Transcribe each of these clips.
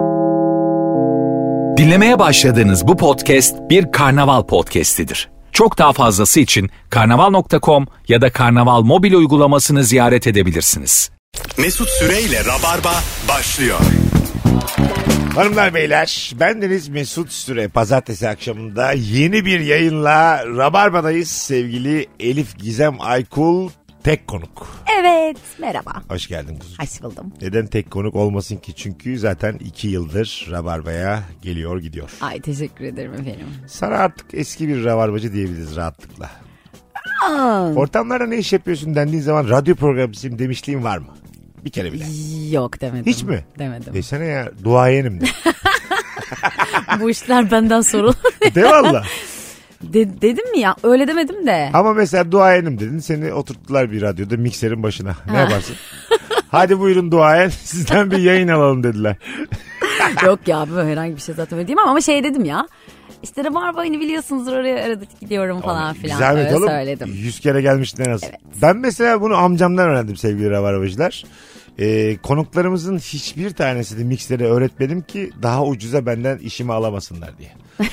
Dinlemeye başladığınız bu podcast bir karnaval podcastidir. Çok daha fazlası için karnaval.com ya da karnaval mobil uygulamasını ziyaret edebilirsiniz. Mesut Süreyle Rabarba başlıyor. Hanımlar beyler, bendeniz Mesut Süre. Pazartesi akşamında yeni bir yayınla Rabarba'dayız. Sevgili Elif Gizem Aykul tek konuk. Evet, merhaba. Hoş geldin kuzum. Hoş buldum. Neden tek konuk olmasın ki? Çünkü zaten 2 yıldır Rabarba'ya geliyor gidiyor. Ay teşekkür ederim efendim. Sana artık eski bir Rabarbacı diyebiliriz rahatlıkla. Ortamlarda ne iş yapıyorsun dendiğin zaman radyo programcısıyım demişliğin var mı? Bir kere bile. Yok demedim. Hiç mi? Demedim. Desene ya, duayenim de. Bu işler benden sorulur. De valla. Dedim mi ya? Öyle demedim de. Ama mesela duayenim dedin, seni oturttular bir radyoda mikserin başına. Ne yaparsın? Hadi buyurun duayen, sizden bir yayın alalım dediler. Yok ya, böyle herhangi bir şey zaten öyle diyemem ama şey dedim ya. İşte Rabarba'yı biliyorsunuzdur, oraya arada gidiyorum falan filan. Zahmet öyle oğlum. söyledim. 100 kere gelmiştin en az. Evet. Ben mesela bunu amcamdan öğrendim sevgili Rabarbacılar. Konuklarımızın hiçbir tanesi de mikseri öğretmedim ki daha ucuza benden işimi alamasınlar diye.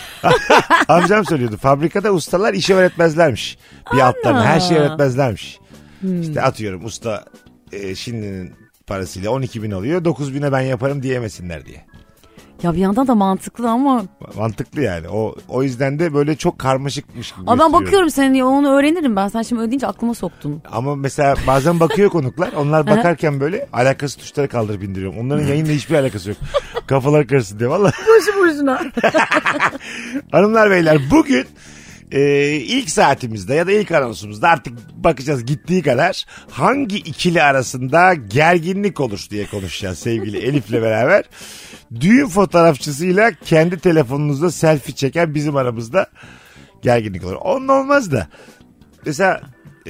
Amcam söylüyordu. Fabrikada ustalar işi öğretmezlermiş. Bir alttan her şeyi öğretmezlermiş. İşte atıyorum usta şimdinin parasıyla 12.000 alıyor. 9.000'e ben yaparım diyemesinler diye. Ya bir yandan da mantıklı ama. Mantıklı yani. O yüzden de böyle çok karmaşıkmış gibi Ama ben bakıyorum senin onu öğrenirim ben. Sen şimdi öyle deyince aklıma soktun. Ama mesela bazen bakıyor konuklar. Onlar bakarken böyle alakasız tuşları kaldırıp indiriyorum. Onların yayınla hiçbir alakası yok. Kafalar karışsın diye valla. Boşu boşuna. Hanımlar beyler, bugün ilk saatimizde ya da ilk anonsumuzda artık bakacağız gittiği kadar hangi ikili arasında gerginlik olur diye konuşacağız sevgili Elif'le beraber. Düğün fotoğrafçısıyla kendi telefonunuzda selfie çeken bizim aramızda gerginlik olur. Onun olmaz da mesela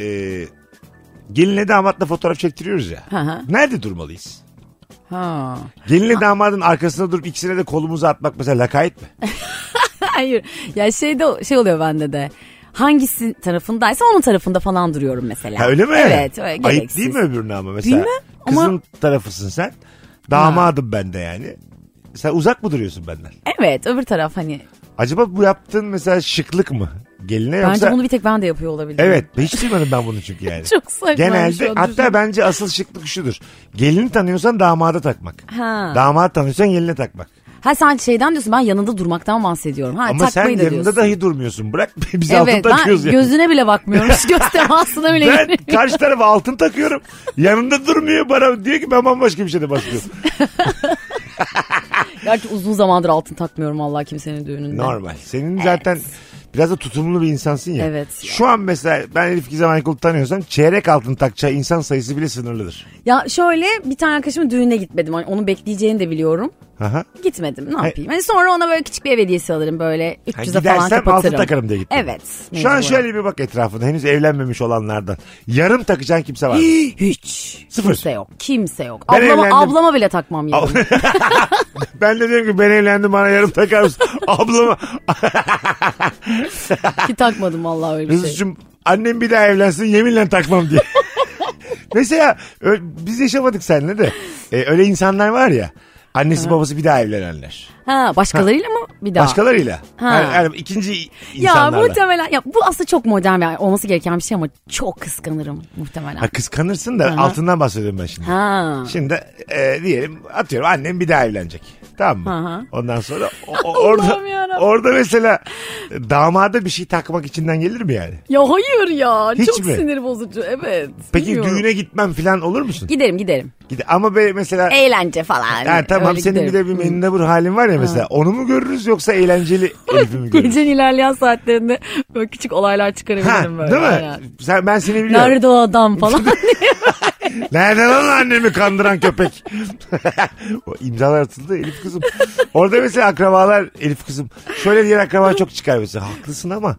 gelinle damatla fotoğraf çektiriyoruz ya. Nerede durmalıyız? Gelinle damadın arkasında durup ikisine de kolumuzu atmak mesela lakayt mı? Hayır. Ya şey oluyor bende de. Hangisi tarafındaysa onun tarafında falan duruyorum mesela. Ha, öyle mi? Evet. Öyle, ayıp gereksiz. değil mi öbürüne ama mesela? Değil mi? Kızın Ama tarafısın sen. Damadım ben de yani. Sen uzak mı duruyorsun benden? evet, öbür taraf hani. Acaba bu yaptığın mesela şıklık mı? Geline yoksa? Bence bunu bir tek ben de yapıyor olabilirim. Evet. Hiç duymadım ben bunu çünkü yani. Çok saçma. Genelde hatta bence asıl şıklık şudur. Gelini tanıyorsan damada takmak. Damadı tanıyorsan geline takmak. Ha sen şeyden diyorsun, ben yanında durmaktan bahsediyorum. Ama sen da yanında diyorsun. dahi durmuyorsun. Bırak biz evet, altın takıyoruz ben yani. gözüne bile bakmıyorum. Göz temasına bile Ben girmiyorum. karşı tarafa altın takıyorum. Yanında durmuyor, bana diyor ki ben bambaşka bir şeyde başlıyorum. Gerçi uzun zamandır altın takmıyorum vallahi kimsenin düğününde. Normal. Senin zaten biraz da tutumlu bir insansın ya. Evet. Şu an mesela ben Elif Gizem Aykul'u tanıyorsam çeyrek altın takacağı insan sayısı bile sınırlıdır. Ya şöyle, bir tane arkadaşımın düğününe gitmedim. Hani onun bekleyeceğini de biliyorum. Aha. Gitmedim, ne yapayım. Hani sonra ona böyle küçük bir ev hediyesi alırım, böyle 300'e falan Gidersem kapatırım. altın takarım diye gittim. Evet. Şu an mecburen. şöyle bir bak etrafında henüz evlenmemiş olanlardan. Yarım takacağın kimse var mı? Hiç. Sıfır. Kimse yok. Kimse yok. Ben evlendim. Ablama bile takmam yarım. Ben de diyorum ki ben evlendim, bana yarım takar mısın? Ablama. Ki takmadım vallahi öyle bir şey. Mesut'cum annem bir daha evlensin yeminle takmam diye. Mesela biz yaşamadık seninle de. Öyle insanlar var ya. Annesi babası bir daha evlenenler. Başkalarıyla mı bir daha? Başkalarıyla. Yani ikinci insanlarla. Ya muhtemelen, ya bu aslında çok modern, yani olması gereken bir şey ama çok kıskanırım muhtemelen. Kıskanırsın da altından bahsediyorum ben şimdi. Şimdi diyelim atıyorum annem bir daha evlenecek. Tamam mı? Ondan sonra orada mesela damada bir şey takmak içinden gelir mi yani? Ya hayır ya. Hiç çok mi? sinir bozucu. Evet. Peki bilmiyorum. düğüne gitmem falan olur musun? Giderim. Ama mesela... Eğlence falan. Yani tamam, öyle senin giderim. bir de bir mendebur halin var ya mesela. Onu mu görürüz yoksa eğlenceli Elif'i mi görürüz? Gecenin ilerleyen saatlerinde böyle küçük olaylar çıkarabilirim böyle. Değil mi? Aynen. Ben seni biliyorum. Nerede o adam falan. Nereden lan annemi kandıran köpek? O imzalar atıldı Elif kızım. Orada mesela akrabalar Elif kızım. Şöyle diğer akraba çok çıkar mesela. Haklısın ama.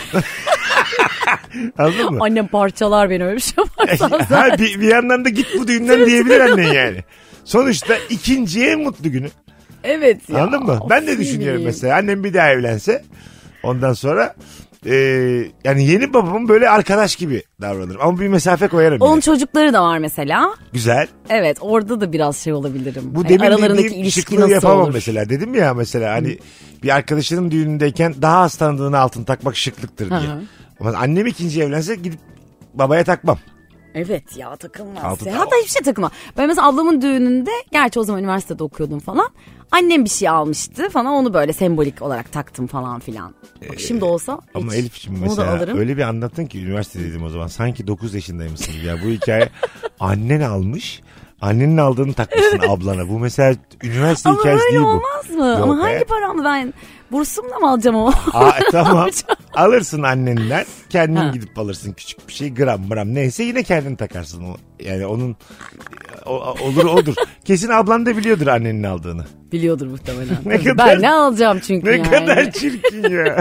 Anladın mı? Annem parçalar beni, öyle bir şey yaparsan. Bir yandan da git bu düğünden diyebilir annen yani. Sonuçta ikinciye en mutlu günü. Evet ya. Anladın mı? Ben de düşünüyorum mesela. Annem bir daha evlense ondan sonra yani yeni babamın böyle arkadaş gibi davranırım. Ama bir mesafe koyarım. Onun yani. çocukları da var mesela. Güzel. Evet, orada da biraz şey olabilirim. Bu Hani demin aralarındaki dediğim ilişki şıklığı nasıl yapamam olur? mesela. Dedim ya mesela hani bir arkadaşının düğünündeyken daha az tanıdığına altın takmak şıklıktır diye. Hı hı. Ama annem ikinci evlense gidip babaya takmam. Evet ya, takılmaz. Altı Ya. Hatta hiçbir şey takılma. Ben mesela ablamın düğününde, gerçi o zaman üniversitede okuyordum falan. Annem bir şey almıştı falan, onu böyle sembolik olarak taktım falan filan. Bak şimdi olsa Ama hiç, Elif'ciğim onu da mesela alırım. öyle bir anlattın ki üniversitedeydim o zaman. Sanki 9 yaşındaymışsın gibi ya. Bu hikaye annen almış. Annenin aldığını takmışsın ablana. Bu mesela üniversite Ama hikayesi öyle değil bu. olmaz mı? Yok Ama be. hangi paramla ben bursumla mı alacağım o? Tamam. Alırsın annenden. Kendin gidip alırsın küçük bir şey. Gram neyse yine kendin takarsın. Yani onun odur. Kesin ablan da biliyordur annenin aldığını. Biliyordur muhtemelen. Ne Tabii. kadar- Ben ne alacağım çünkü Ne yani. kadar çirkin ya.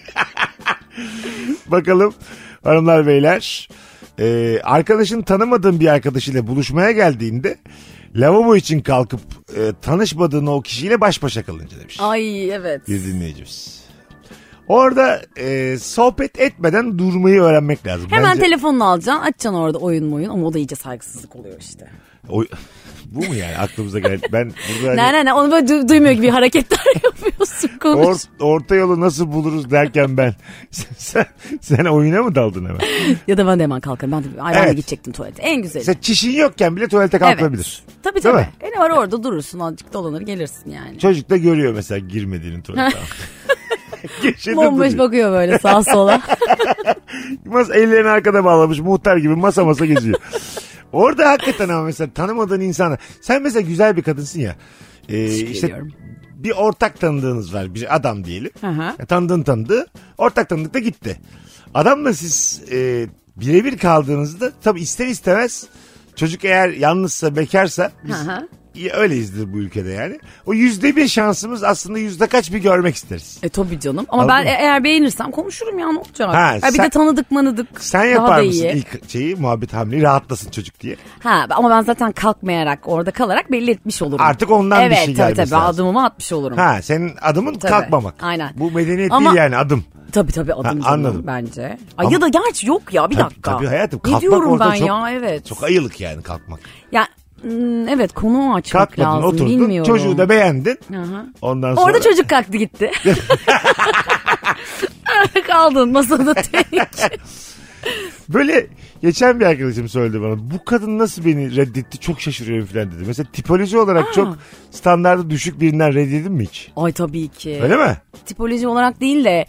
Bakalım hanımlar beyler. Arkadaşın tanımadığın bir arkadaşıyla buluşmaya geldiğinde lavabo için kalkıp tanışmadığın o kişiyle baş başa kalınca demiş. Ay evet. Bir dinleyicimiz. Orada sohbet etmeden durmayı öğrenmek lazım. Hemen Bence- telefonunu alacaksın, açacaksın orada oyun ama o da iyice saygısızlık oluyor işte. Bu mu yani aklımıza gelen? Ben burada hani Ne onu böyle duymuyor gibi hareketler yapıyorsun, konuş. orta yolu nasıl buluruz derken ben sen oyuna mı daldın hemen? Ya da ben de hemen kalkarım. Ben de Evet. gidecektim tuvalete. En güzeli. Sen çişin yokken bile tuvalete kalkabilir. Tabii Değil tabii. mi? Ne var orada, durursun azıcık, dolanır gelirsin yani. Çocuk da görüyor mesela girmediğini tuvalete. Köşede Bomboş duruyor. bakıyor böyle sağa sola. Ellerini arkada bağlamış muhtar gibi masa geziyor. Orada hakikaten ama mesela tanımadığın insana. Sen mesela güzel bir kadınsın ya. İşte Geliyorum. bir ortak tanıdığınız var. Bir adam diyelim. Hı hı. Tanıdığı. Ortak tanıdık da gitti. Adamla siz birebir kaldığınızda tabii ister istemez çocuk eğer yalnızsa bekarsa biz Hı hı. öyleyizdir bu ülkede yani. O %1 şansımız aslında yüzde kaç bir görmek isteriz. Tabii canım. Ama Anladın ben mı? eğer beğenirsem konuşurum ya, ne olacak? Ha, Bir sen- de tanıdık Sen daha yapar da mısın iyi. ilk şeyi muhabbet hamleyi rahatlasın çocuk diye. Ama ben zaten kalkmayarak, orada kalarak belli etmiş olurum. Artık ondan bir evet, şey gelmesi tabii, lazım. adımımı atmış olurum. Senin adımın Tabii, kalkmamak. aynen. Bu medeniyet Ama- değil yani adım. Tabii adım canım anladım. bence. Ama- Ya da gerçi yok ya, bir dakika. Tabii hayatım Ne kalkmak diyorum orada ben çok, ya, evet. çok ayılık yani kalkmak. Ya evet, konu açmak Kalkmadın lazım, oturdun bilmiyorum. çocuğu da beğendin. Hı. Ondan sonra. Orada çocuk kalktı gitti. Kaldın masada tek. Böyle geçen bir arkadaşım söyledi bana. Bu kadın nasıl beni reddetti çok şaşırıyorum falan dedi. Mesela tipoloji olarak çok standartı düşük birinden reddedin mi hiç? Ay tabii ki. Öyle mi? Tipoloji olarak değil de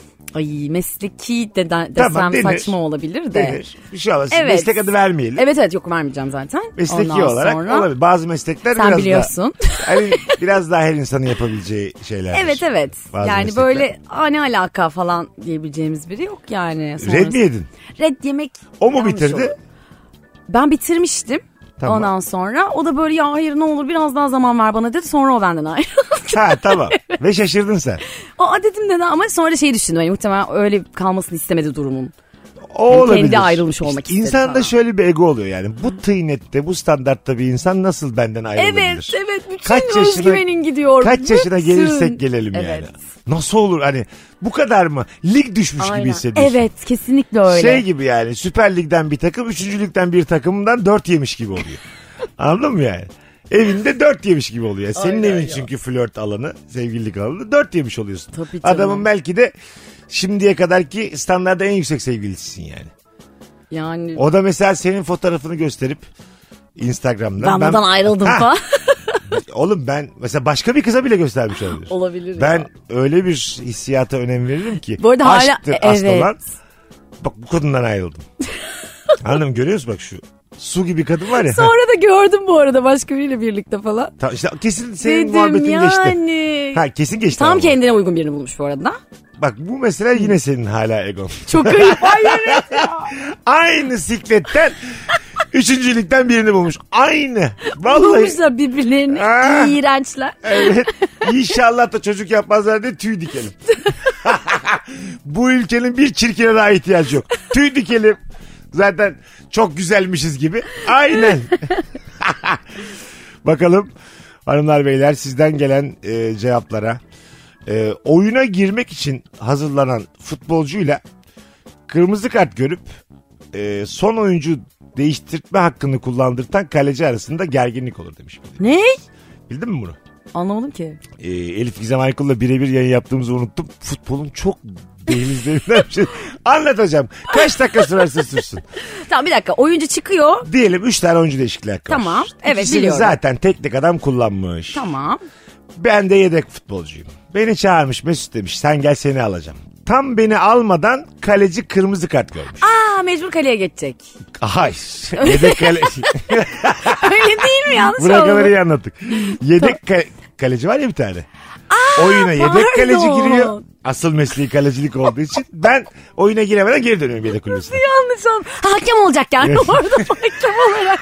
mesleki desem denir. saçma olabilir de. Denir. Bir şey olmaz. Evet. Meslek adı vermeyelim. Evet yok, vermeyeceğim zaten. Mesleki Ondan olarak sonra, olabilir. Bazı meslekler sen biraz biliyorsun. daha hani biraz daha her insanın yapabileceği şeyler. Evet. Bazı Yani meslekler. böyle ne alaka falan diyebileceğimiz biri yok yani. Red mi yedin? Red yemek. O mu yanlış bitirdi? olur. Ben bitirmiştim. Tamam. Ondan sonra o da böyle, ya hayır ne olur biraz daha zaman ver bana dedi. Sonra o benden ayrıldı. Tamam. Ve şaşırdın sen. Dedim neden, ama sonra şey düşündüm. Yani muhtemelen öyle kalmasını istemedi durumun. O Yani olabilir. kendi ayrılmış olmak istedi İnsanda falan. şöyle bir ego oluyor yani. Bu tıynette, bu standartta bir insan nasıl benden ayrılabilir? Evet. Bütün özgüvenin gidiyor. Kaç yaşına Bütün. gelirsek gelelim Evet. yani. Nasıl olur hani bu kadar mı? Lig düşmüş gibi hissediyorsun. Evet, kesinlikle öyle. Şey gibi yani Süper Lig'den bir takım, 3. Lig'den bir takımdan 4 yemiş gibi oluyor. Anladın mı yani? Evinde 4 yemiş gibi oluyor. Senin Aynen evin ya. çünkü flört alanı, sevgililik alanı 4 yemiş oluyorsun. Tabii canım. Adamın belki de şimdiye kadarki standartta en yüksek sevgilisisin yani. Yani O da mesela senin fotoğrafını gösterip Instagram'dan. ben buradan ayrıldım falan. Oğlum ben mesela başka bir kıza bile göstermiş olabilir. Olabilir Ben ya. öyle bir hissiyata önem veririm ki. Bu arada hala- aşktır asıl evet. olan. Bak bu kadından ayrıldım. Anladın mı? Görüyor musun bak şu. Su gibi kadın var ya. Sonra da gördüm bu arada başka biriyle birlikte falan. İşte kesin senin Dedim muhabbetin geçti. yani. Kesin geçti. Tam ama. kendine uygun birini bulmuş bu arada. Bak bu mesela yine senin hala egon. Çok ayıp. Hayır. Aynı sikletten 3. ligden birini bulmuş. Aynı. Vallahi. Bulmuşlar birbirlerini. Ah. İğrençler. Evet. İnşallah da çocuk yapmazlar diye tüy dikelim. Bu ülkenin bir çirkine daha ihtiyacı yok. Tüy dikelim. Zaten çok güzelmişiz gibi. Aynen. Bakalım hanımlar beyler sizden gelen cevaplara. Oyuna girmek için hazırlanan futbolcuyla kırmızı kart görüp son oyuncu değiştirme hakkını kullandırtan kaleci arasında gerginlik olur demiş. Ne? Bildin mi bunu? Anlamadım ki. Elif Gizem Aykul'la birebir yayın yaptığımızı unuttum. Futbolun çok denizlerinden bir şey. Anlat hocam. Kaç dakika sürerse sürsün. Tamam bir dakika. Oyuncu çıkıyor. Diyelim 3 tane oyuncu değişikliği hakkı var. Tamam. Evet İkisini biliyorum. zaten teknik adam kullanmış. Tamam. Ben de yedek futbolcuyum. Beni çağırmış Mesut demiş. Sen gel seni alacağım. Tam beni almadan kaleci kırmızı kart görmüş. Mecbur kaleye geçecek. Hayır. Yedek kaleci. Öyle değil mi? Yanlış Buraya oldu. kadar iyi anlattık. Yedek kaleci var ya bir tane. Oyuna yedek pardon. kaleci giriyor. Asıl mesleği kalecilik olduğu için ben oyuna giremeden geri dönüyorum yedek kulübesine. Yanlış oldu. Hakem olacak yani orada hakem olarak.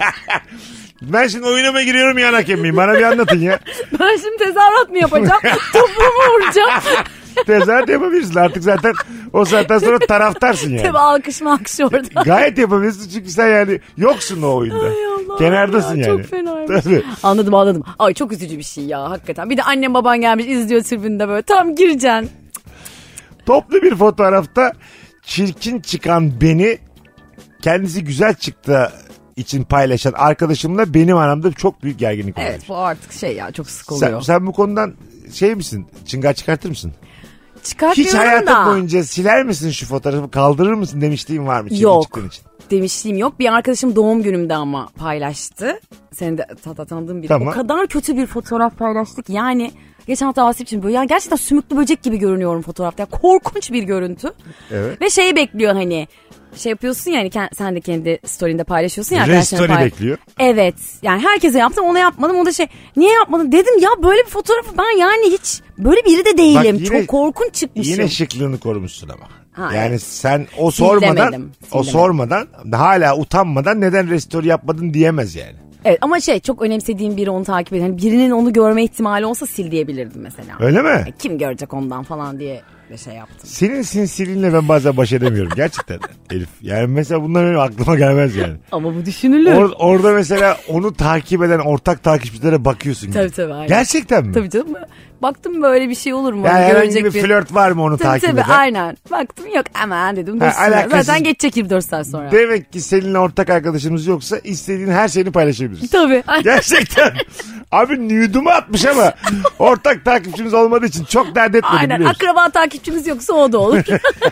Ben şimdi oyuna mı giriyorum yan hakem miyim? Bana bir anlatın ya. Ben şimdi tezahürat mı yapacağım? Topu mu vuracağım? Tezahürat yapabilirsin artık zaten o saatten sonra taraftarsın yani. Tabii alkış orada. Gayet yapabilirsin çünkü sen yani yoksun o oyunda. Ay Allah Kenardasın ya, yani. çok fenaymış. Tabii. Anladım. Ay çok üzücü bir şey ya hakikaten. Bir de annem baban gelmiş izliyor tribünde böyle tam gireceksin. Toplu bir fotoğrafta çirkin çıkan beni kendisi güzel çıktı için paylaşan arkadaşımla benim aramda çok büyük gerginlik oluyor. Evet bu artık şey ya çok sık oluyor. Sen bu konudan şey misin? Çıngar çıkartır mısın? Çıkartıyorum Hiç hayatın da. boyunca siler misin şu fotoğrafı kaldırır mısın demişliğin var mı? Yok. Için? Demişliğim yok. Bir arkadaşım doğum günümde ama paylaştı. Senin de tanıdığın biri. Tamam. O kadar kötü bir fotoğraf paylaştık. Yani geçen hafta Asip'ciğim böyle. Yani gerçekten sümüklü böcek gibi görünüyorum fotoğrafta. Yani korkunç bir görüntü. Evet. Ve şeyi bekliyor hani. Şey yapıyorsun ya hani sen de kendi story'inde paylaşıyorsun ya. Restory bekliyor. Evet. Yani herkese yaptım ona yapmadım. O da niye yapmadın? Dedim ya böyle bir fotoğrafı ben yani hiç böyle biri de değilim. Bak yine, çok korkunç çıkmışım. Yine şıklığını korumuşsun ama. Ha, yani evet. sen o Sildemedim. sormadan hala utanmadan neden restory yapmadın diyemez yani. Evet ama çok önemsediğim biri onu takip ediyor. Hani birinin onu görme ihtimali olsa sil diyebilirdim mesela. Öyle mi? Kim görecek ondan falan diye bir şey yaptım. Senin sinsiliğinle ben bazen baş edemiyorum gerçekten Elif. Yani mesela bunlar benim aklıma gelmez yani. Ama bu düşünülür. Orada mesela onu takip eden ortak takipçilere bakıyorsun. Tabii aynen. Gerçekten mi? Tabii canım. Baktım böyle bir şey olur mu? Yani herhangi bir flört var mı onu takip eden? Aynen. Baktım yok hemen dedim. Zaten geçecek 24 saat sonra. Demek ki seninle ortak arkadaşımız yoksa istediğin her şeyini paylaşabiliriz. Tabii. Gerçekten. Abi nude'umu atmış ama ortak takipçimiz olmadığı için çok dert etmedi Aynen biliyorsun. akraba takipçimiz yoksa o da olur.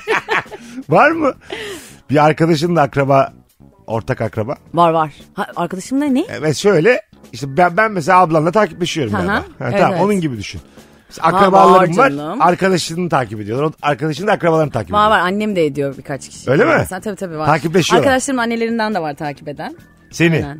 Var mı? Bir arkadaşın da ortak akraba. Var. Arkadaşım da ne? Evet şöyle işte ben mesela ablanla takipleşiyorum. Hı-hı. Tamam Evet. onun gibi düşün. Akrabalarım var var. canım. Arkadaşını takip ediyorlar. Arkadaşını da akrabalarını takip ediyor. Var annem de ediyor birkaç kişi. Öyle mi? Mesela, tabii var. Takipleşiyorlar. Arkadaşlarımın annelerinden de var takip eden. Seni. Aynen.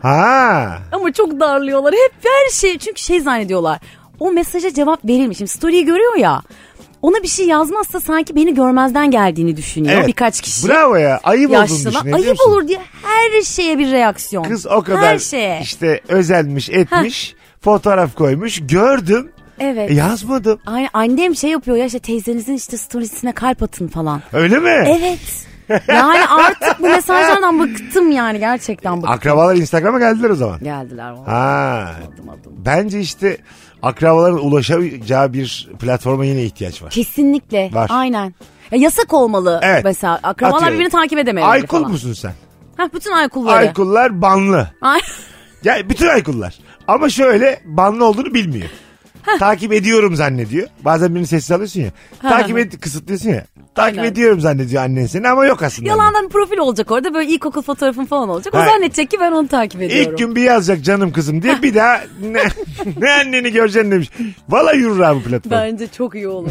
Ha. Ama çok darlıyorlar. Hep her şey. Çünkü zannediyorlar. O mesaja cevap verilmiş. Şimdi story'yi görüyor ya. Ona bir şey yazmazsa sanki beni görmezden geldiğini düşünüyor birkaç kişi. Bravo ya. Ayıp olduğunu düşünüyor. Ayıp olur diye her şeye bir reaksiyon. Kız o kadar her şeye. işte özenmiş etmiş. Fotoğraf koymuş. Gördüm. Evet. Yazmadım. Aynen annem yapıyor ya teyzenizin storiesine kalp atın falan. Öyle mi? Evet. Yani artık bu mesajlardan bıktım yani gerçekten bıktım. Akrabalar Instagram'a geldiler o zaman. Geldiler. Ha. Adım. Bence işte akrabaların ulaşacağı bir platforma yine ihtiyaç var. Kesinlikle. Var. Aynen. Ya yasak olmalı mesela. Akrabalar Atıyorum. birbirini takip edemiyor. Aykul falan. musun sen? Bütün Aykulları. Aykullar banlı. Ay. Ya bütün Aykullar. Ama şöyle banlı olduğunu bilmiyor. Takip ediyorum zannediyor. Bazen birini sessiz alıyorsun ya. Kısıtlıyorsun ya. Takip ediyorum zannediyor annen seni ama yok aslında. Yalandan bir profil olacak orada böyle ilkokul fotoğrafın falan olacak. O zannedecek ki ben onu takip ediyorum. İlk gün bir yazacak canım kızım diye bir daha ne anneni göreceksin demiş. Valla yürür abi platform. Bence çok iyi olur.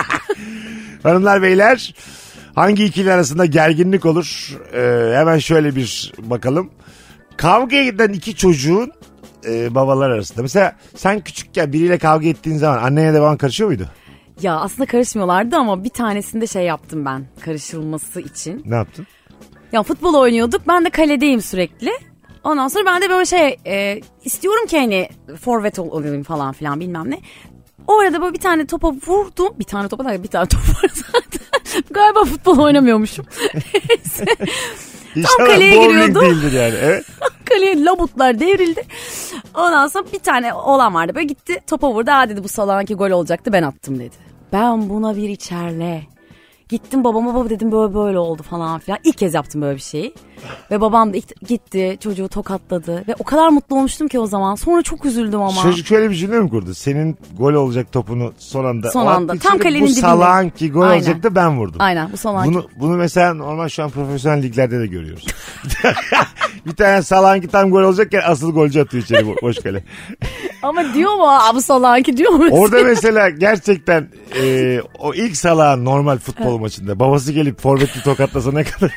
Hanımlar beyler hangi ikili arasında gerginlik olur? Hemen şöyle bir bakalım. Kavga eden iki çocuğun babalar arasında. Mesela sen küçükken biriyle kavga ettiğin zaman annene de baban karışıyor muydu? Ya aslında karışmıyorlardı ama bir tanesinde yaptım ben karışılması için. Ne yaptın? Ya futbol oynuyorduk ben de kaledeyim sürekli. Ondan sonra ben de böyle istiyorum ki hani forvet olayım falan filan bilmem ne. O arada böyle bir tane topa vurdum. Bir tane top var zaten. Galiba futbol oynamıyormuşum. Tam kaleye giriyordum. Bowling değildir yani. Evet. kaleye labutlar devrildi. Ondan sonra bir tane oğlan vardı böyle gitti topa vurdu. Dedi bu salağınki gol olacaktı ben attım dedi. Ben buna bir içerle. Gittim babama baba dedim böyle oldu falan filan. İlk kez yaptım böyle bir şeyi. Ve babam da gitti çocuğu tokatladı. Ve o kadar mutlu olmuştum ki o zaman. Sonra çok üzüldüm ama. Çocuk şöyle bir cümle mi kurdu? Senin gol olacak topunu son anda. Tam kalenin dibinde. Bu salağın ki gol olacaktı ben vurdum. Aynen bu salağın. Bunu mesela normal şu an profesyonel liglerde de görüyoruz. Bir tane salağın ki tam gol olacakken asıl golcü atıyor içeri boş kale. Ama diyor mu bu salağın ki diyor mu? Orada mesela gerçekten o ilk salağın normal futbol maçında babası gelip forvetli tokatlasa ne kadar...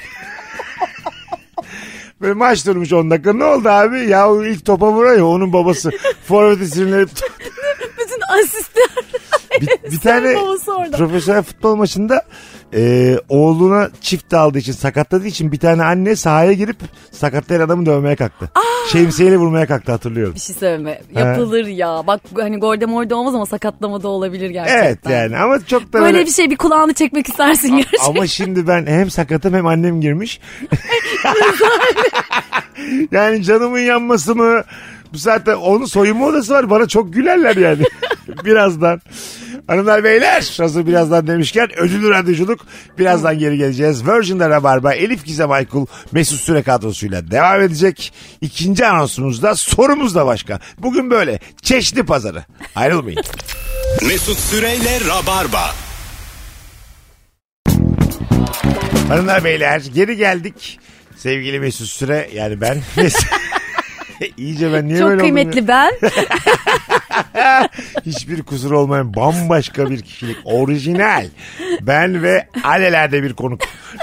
Böyle maç durmuş 10 dakika. Ne oldu abi? Ya o ilk topa vuran ya onun babası. Forvet'i sinirlenip... Bütün asistler. Bir tane profesyonel futbol maçında oğluna çift aldığı için sakatladığı için bir tane anne sahaya girip sakatlayan adamı dövmeye kalktı. Şemsiyeyle vurmaya kalktı hatırlıyorum. Bir şey söyleme. Yapılır ya. Bak hani golde morda olmaz ama sakatlama da olabilir gerçekten. Evet yani ama çok da böyle bir şey bir kulağını çekmek istersin gerçekten. Ama şimdi ben hem sakatım hem annem girmiş. Yani canımın yanması mı? Bu saatte onun soyunma odası var. Bana çok gülerler yani. Birazdan. Hanımlar beyler hazır birazdan demişken ödüllü radyoculuk birazdan geri geleceğiz. Virgin'de Rabarba Elif Gizem Aykul Mesut Süre kadrosuyla devam edecek. İkinci anonsumuzda sorumuz da başka. Bugün böyle Çeşni Pazarı. Ayrılmayın. Mesut Süreyle Rabarba. Hanımlar beyler geri geldik. Sevgili Mesut Süre yani ben. İyice ben niye çok böyle kıymetli ben. Hiçbir kusur olmayan bambaşka bir kişilik. Orijinal. Ben ve alelade bir konuk.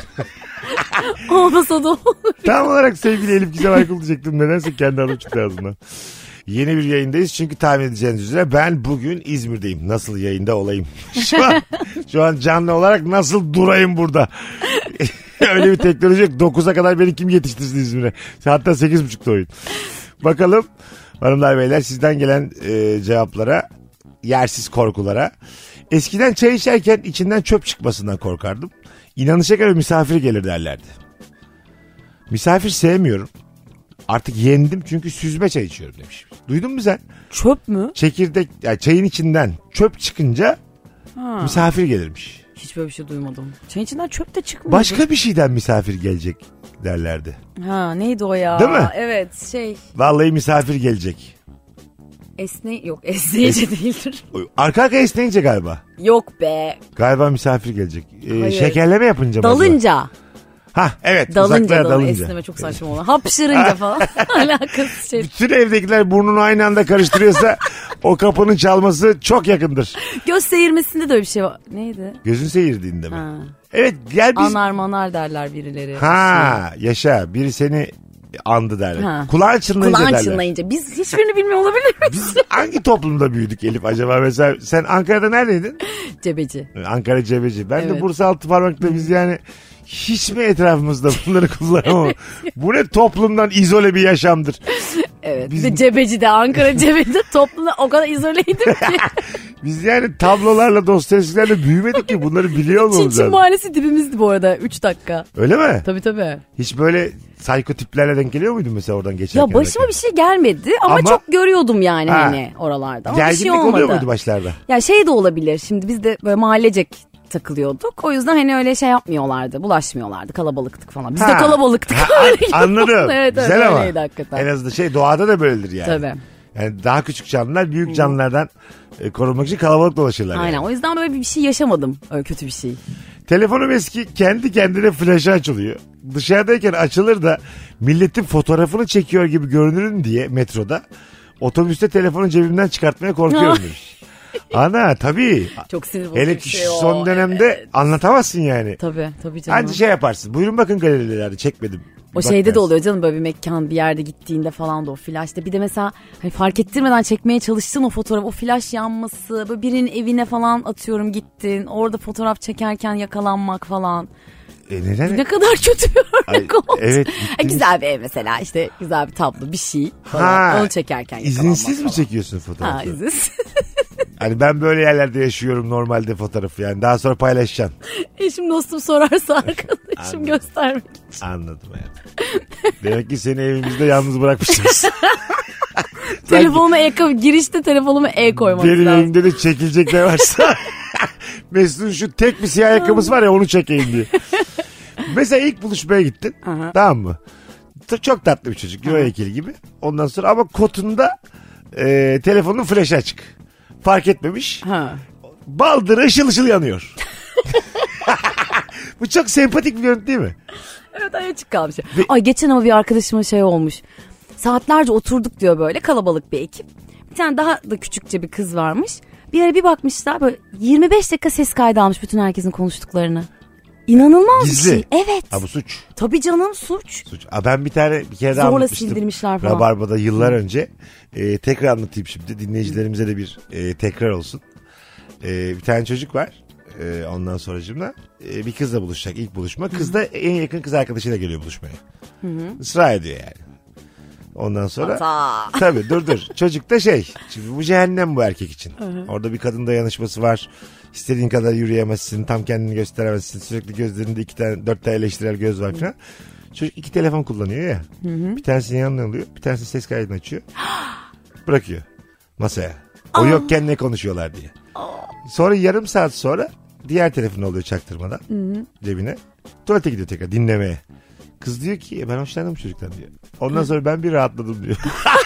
Olmasa da olur. Tam olarak sevgili Elif Gizem Aykul diyecektim. Nedense kendi adım çıktı ağzımdan. Yeni bir yayındayız çünkü tahmin edeceğiniz üzere ben bugün İzmir'deyim. Nasıl yayında olayım? Şu an canlı olarak nasıl durayım burada? Öyle bir teknoloji yok. 9'a kadar beni kim yetiştirsin İzmir'e? Hatta 8.30'da oyun. Bakalım hanımlar beyler sizden gelen cevaplara, yersiz korkulara. Eskiden çay içerken içinden çöp çıkmasından korkardım. İnanışa göre misafir gelir derlerdi. Misafir sevmiyorum. Artık yendim çünkü süzme çay içiyorum demiş. Duydun mu sen? Çöp mü? Çekirdek, yani çayın içinden çöp çıkınca misafir gelirmiş. Hiç böyle bir şey duymadım. Çayın içinden çöp de çıkmıyor. Başka bir şeyden misafir gelecek derlerdi. Neydi o ya? Değil mi? Evet Vallahi misafir gelecek. Esneyici değildir. Arka arkaya esneyince galiba. Yok be. Galiba misafir gelecek. Şekerleme yapınca mı? Dalınca. Evet. Dalınca. Esneme çok saçma olan. Hapşırınca falan. Alakası şey. Bütün evdekiler burnunu aynı anda karıştırıyorsa o kapının çalması çok yakındır. Göz seyirmesinde de öyle bir şey var. Neydi? Gözün seyirdiğinde mi? Evet gel biz. Anar manar derler birileri. Yaşa biri seni andı derler. Kulağın çınlayınca derler. Kulağın çınlayınca. Biz hiçbirini bilmiyor olabilir miyiz? Biz hangi toplumda büyüdük Elif acaba? Mesela sen Ankara'da neredeydin? Cebeci. Ankara Cebeci. Ben de Bursa Altıparmak'ta biz yani hiç mi etrafımızda bunları kullanamam? Bu ne toplumdan izole bir yaşamdır. Evet. Biz de Cebeci'de, Ankara Cebeci'de toplumda o kadar izoleydim ki. Biz yani tablolarla, Dostoyevskilerle büyümedik ki bunları biliyor olmamız lazım. Çin Mahallesi dibimizdi bu arada 3 dakika. Öyle mi? Tabii. Hiç böyle psikotiplerle denk geliyor muydun mesela oradan geçerken? Ya başıma bir şey gelmedi ama çok görüyordum yani hani oralarda. Ama gerginlik bir şey olmadı. oluyor muydu başlarda? Ya şey de olabilir. Şimdi biz de böyle mahallecek takılıyorduk. O yüzden hani öyle şey yapmıyorlardı. Bulaşmıyorlardı. Kalabalıktık falan. Biz de kalabalıktık. Anladım. Evet, güzel ama. Hakikaten. En azından doğada da böyledir yani. Tabii. Yani daha küçük canlılar büyük canlılardan korunmak için kalabalık dolaşırlar. Aynen. Yani. O yüzden böyle bir şey yaşamadım. Öyle kötü bir şey. Telefonum eski kendi kendine flaşı açılıyor. Dışarıdayken açılır da milletin fotoğrafını çekiyor gibi görünürüm diye metroda. Otobüste telefonu cebimden çıkartmaya korkuyorum demiş. Ana tabii. Çok sinir bozucu hele bir şey o. son dönemde anlatamazsın yani. Tabii canım. Anca şey yaparsın. Buyurun bakın galerilerde çekmedim. O şeyde de oluyor canım böyle bir mekan bir yerde gittiğinde falan da o flaşta. Bir de mesela hani fark ettirmeden çekmeye çalıştın o fotoğraf. O flaş yanması. Böyle birinin evine falan atıyorum gittin. Orada fotoğraf çekerken yakalanmak falan. Neden? Ne kadar kötü bir örnek oldu. Evet. Güzel bir ev mesela işte güzel bir tablo bir şey falan. Onu çekerken yakalanmak İzinsiz mi çekiyorsun fotoğrafı? İzinsiz. Hani ben böyle yerlerde yaşıyorum normalde fotoğrafı yani. Daha sonra paylaşacaksın. Eşim dostum sorarsa arkadaşım göstermek için. Anladım hayatım. Demek ki seni evimizde yalnız bırakmışız. Telefonuma girişte telefonuma koyması Benim lazım. elimde de çekilecek ne varsa. Mesut'un şu tek bir siyah ayakkabısı var ya onu çekeyim diye. Mesela ilk buluşmaya gittin. Aha. Tamam mı? Çok tatlı bir çocuk. Euro hekeli gibi. Ondan sonra ama kotunda telefonun flaşı açık. Fark etmemiş. Ha. Baldırı ışıl ışıl yanıyor. Bu çok sempatik bir görüntü değil mi? Evet açık kalmış. Ay geçen ama bir arkadaşıma şey olmuş. Saatlerce oturduk diyor böyle kalabalık bir ekip. Bir tane daha da küçükçe bir kız varmış. Bir ara bir bakmışlar böyle 25 dakika ses kaydı almış bütün herkesin konuştuklarını. İnanılmaz Gizli. bir şey. Evet. Ha bu suç. Tabii canım suç. Ben bir kere daha Zorla anlatmıştım. sildirmişler falan. Rabarba'da yıllar önce. Tekrar anlatayım şimdi. Dinleyicilerimize de bir tekrar olsun. Bir tane çocuk var. Ondan sonracığımda bir kızla buluşacak ilk buluşma. Kız da en yakın kız arkadaşıyla geliyor buluşmaya. Israr ediyor yani. Ondan sonra tabii dur. Çocuk da şimdi bu cehennem bu erkek için. Orada bir kadın dayanışması var. İstediğin kadar yürüyemezsin. Tam kendini gösteremezsin. Sürekli gözlerinde 4 tane eleştirel göz var falan. Çocuk 2 telefon kullanıyor ya. Bir tanesini yanına alıyor. Bir tanesini ses kaydını açıyor. Bırakıyor masaya. O yokken ne konuşuyorlar diye. Sonra yarım saat sonra diğer telefonu alıyor çaktırmadan cebine. Tuvalete gidiyor tekrar dinlemeye. Kız diyor ki ben hoşlandım çocuktan diyor. Ondan sonra ben bir rahatladım diyor.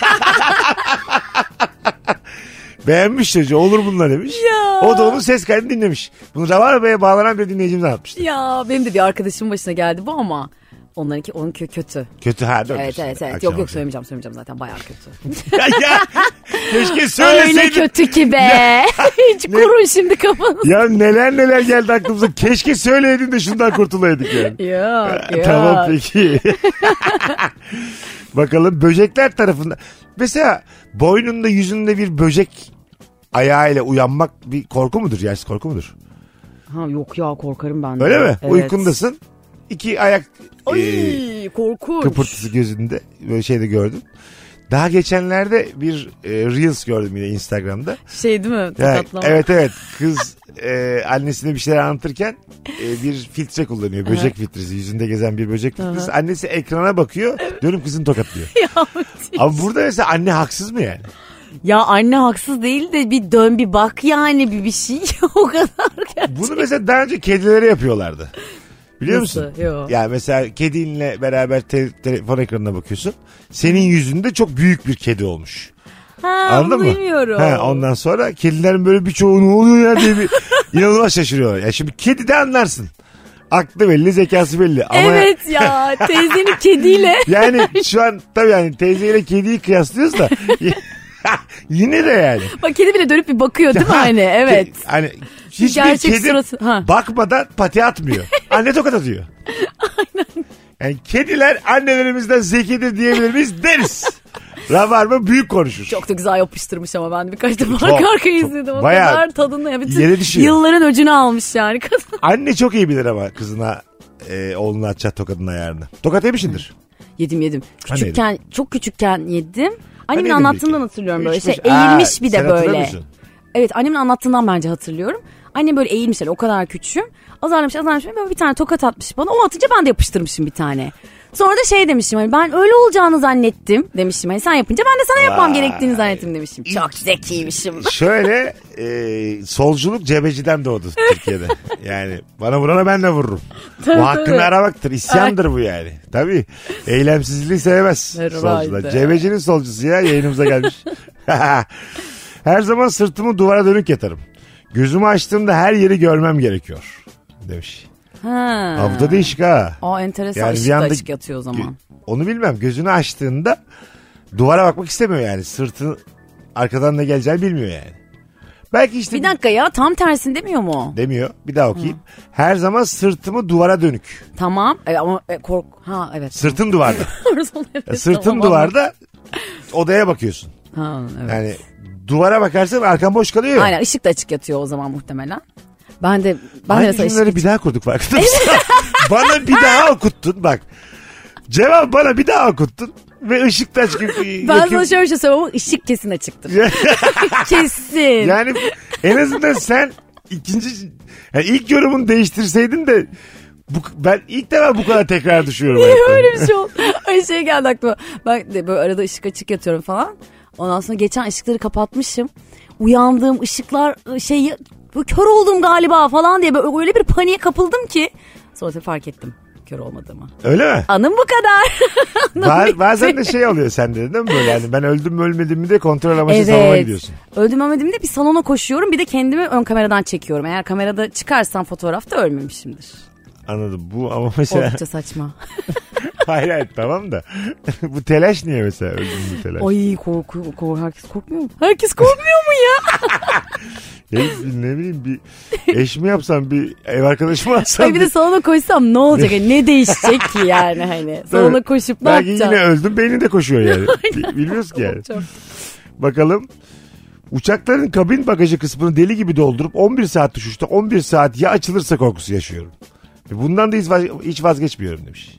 Beğenmiş çocuğu olur bunlar demiş. Ya. O da onun ses kaydını dinlemiş. Bunu Rabarba'ya bağlanan bir dinleyicimiz anlatmıştı. Ya benim de bir arkadaşımın başına geldi bu ama onunki kötü. Kötü ha dur. Evet. Yok söylemeyeceğim zaten bayağı kötü. ya, keşke söyleseydin. Öyle kötü ki be. Hiç kurun şimdi kafanızı. Ya neler geldi aklımıza. Keşke söyleydin de şundan kurtulaydık yani. Yok. Tamam peki. Bakalım böcekler tarafından. Mesela boynunda yüzünde bir böcek ayağıyla uyanmak bir korku mudur? Yersiz korku mudur? Ha yok ya korkarım ben de. Öyle mi? Evet. Uykundasın. 2 ayak korkunç. kıpırtısı gözünde. Böyle şeyde gördüm. Daha geçenlerde bir Reels gördüm yine Instagram'da. Değil mi? Tokatlama. Evet. Kız annesine bir şeyler anlatırken bir filtre kullanıyor. Böcek filtresi. Yüzünde gezen bir böcek filtresi. Annesi ekrana bakıyor. Diyorum kızını tokatlıyor. Ama burada mesela anne haksız mı yani? Ya anne haksız değil de bir dön bir bak yani bir şey o kadar gerçekten. Bunu mesela daha önce kedilere yapıyorlardı. Biliyor Nasıl? musun? Yok. Yani mesela kedinle beraber telefon ekranına bakıyorsun. Senin yüzünde çok büyük bir kedi olmuş. Anladın mı? Bilmiyorum. Ondan sonra kedilerin böyle birçoğu ne oluyor ya diye bir inanılmaz şaşırıyorlar. Ya şimdi kedi de anlarsın. Aklı belli, zekası belli. Ama evet ya teyzenin kediyle. yani şu an tabii yani teyzeyle kediyi kıyaslıyoruz da yine de yani. Bak kedi bile dönüp bir bakıyor değil mi hani? Evet. Hani hiçbir gerçek kedi sırası. Ha. bakmadan pati atmıyor. Anne tokat atıyor. Aynen. Yani kediler annelerimizden zekidir diyebilir miyiz? Deriz. Rabarba büyük konuşur. Çok da güzel yapıştırmış ama ben birkaç defa arka arkaya izledim. O bayağı kadar tadını ya. Bütün yere düşüyor. yılların öcünü almış yani kadın. Anne çok iyi bilir ama kızına oğluna atacak tokadın ayarını. Tokat yemişsindir. Yedim. Küçükken çok küçükken yedim. Annemin yedim anlattığından peki. hatırlıyorum böyle Üç, eğilmiş bir de sen hatırlıyor böyle. musun? Evet annemin anlattığından bence hatırlıyorum. Annem böyle eğilmiş o kadar küçüğüm. Azarlamış böyle bir tane tokat atmış bana. O atınca ben de yapıştırmışım bir tane. Sonra da demişim hani ben öyle olacağını zannettim demişim. Hani sen yapınca ben de sana yapmam gerektiğini zannettim demişim. Çok zekiymişim. Şöyle solculuk cebeciden doğdu Türkiye'de. Yani bana vurana ben de vururum. Bu hakkını aramaktır. İsyandır bu yani. Tabii. Eylemsizliği sevmez solcular. Cebecinin solcusu ya yayınımıza gelmiş. Her zaman sırtımı duvara dönük yatarım. Gözümü açtığımda her yeri görmem gerekiyor demiş. Bu da değişik ha. Enteresan yani ışık açık yatıyor o zaman. Onu bilmem. Gözünü açtığında duvara bakmak istemiyor yani. Sırtı arkadan ne geleceğini bilmiyor yani. Belki işte... Bir dakika ya tam tersini demiyor mu? Demiyor. Bir daha okuyayım. Her zaman sırtımı duvara dönük. Tamam. Ama evet. Sırtın duvarda. Evet, sırtın tamam. duvarda odaya bakıyorsun. Evet. Yani duvara bakarsan arkan boş kalıyor ya. Aynen ışık da açık yatıyor o zaman muhtemelen. Ben de cümleleri bir daha kurduk farkında mısın? Bana bir daha okuttun bak. Cevap bana bir daha okuttun. ve ışık da açık. Ben sana şöyle bir şey söyleyeyim ama ışık kesin açıktır. Kesin. Yani en azından sen ilk yorumunu değiştirseydin de ben ilk defa bu kadar tekrar düşüyorum. Niye böyle bir şey oldu? Ay şey geldi aklıma. Ben de böyle arada ışık açık yatıyorum falan. Ondan sonra geçen ışıkları kapatmışım. Uyandığım ışıklar kör oldum galiba falan diye böyle öyle bir paniğe kapıldım ki. Sonra da fark ettim kör olmadığımı. Öyle mi? Anım bu kadar. Bazen de şey oluyor sende değil mi böyle yani ben öldüm mü ölmedim mi de kontrol amaçlı salona gidiyorsun. Öldüm ölmedim de bir salona koşuyorum bir de kendimi ön kameradan çekiyorum. Eğer kamerada çıkarsam fotoğrafta ölmemişimdir. Anladım bu ama mesela. Oldukça saçma. hayır tamam da bu telaş niye mesela öldüm bu telaş? Ay herkes korkmuyor mu? Herkes korkmuyor mu ya? Ne bileyim bir eş mi yapsam bir ev arkadaşı mı alsam? Ay bir de salona koşsam ne olacak? Ne değişecek ki yani hani? Salona koşup ne yapacağım? Belki yine öldüm beyni de koşuyor yani. Bilmiyoruz ki yani. Bakalım. Uçakların kabin bagajı kısmını deli gibi doldurup 11 saat uçuşta 11 saat ya açılırsa korkusu yaşıyorum. Bundan da hiç vazgeçmiyorum demiş.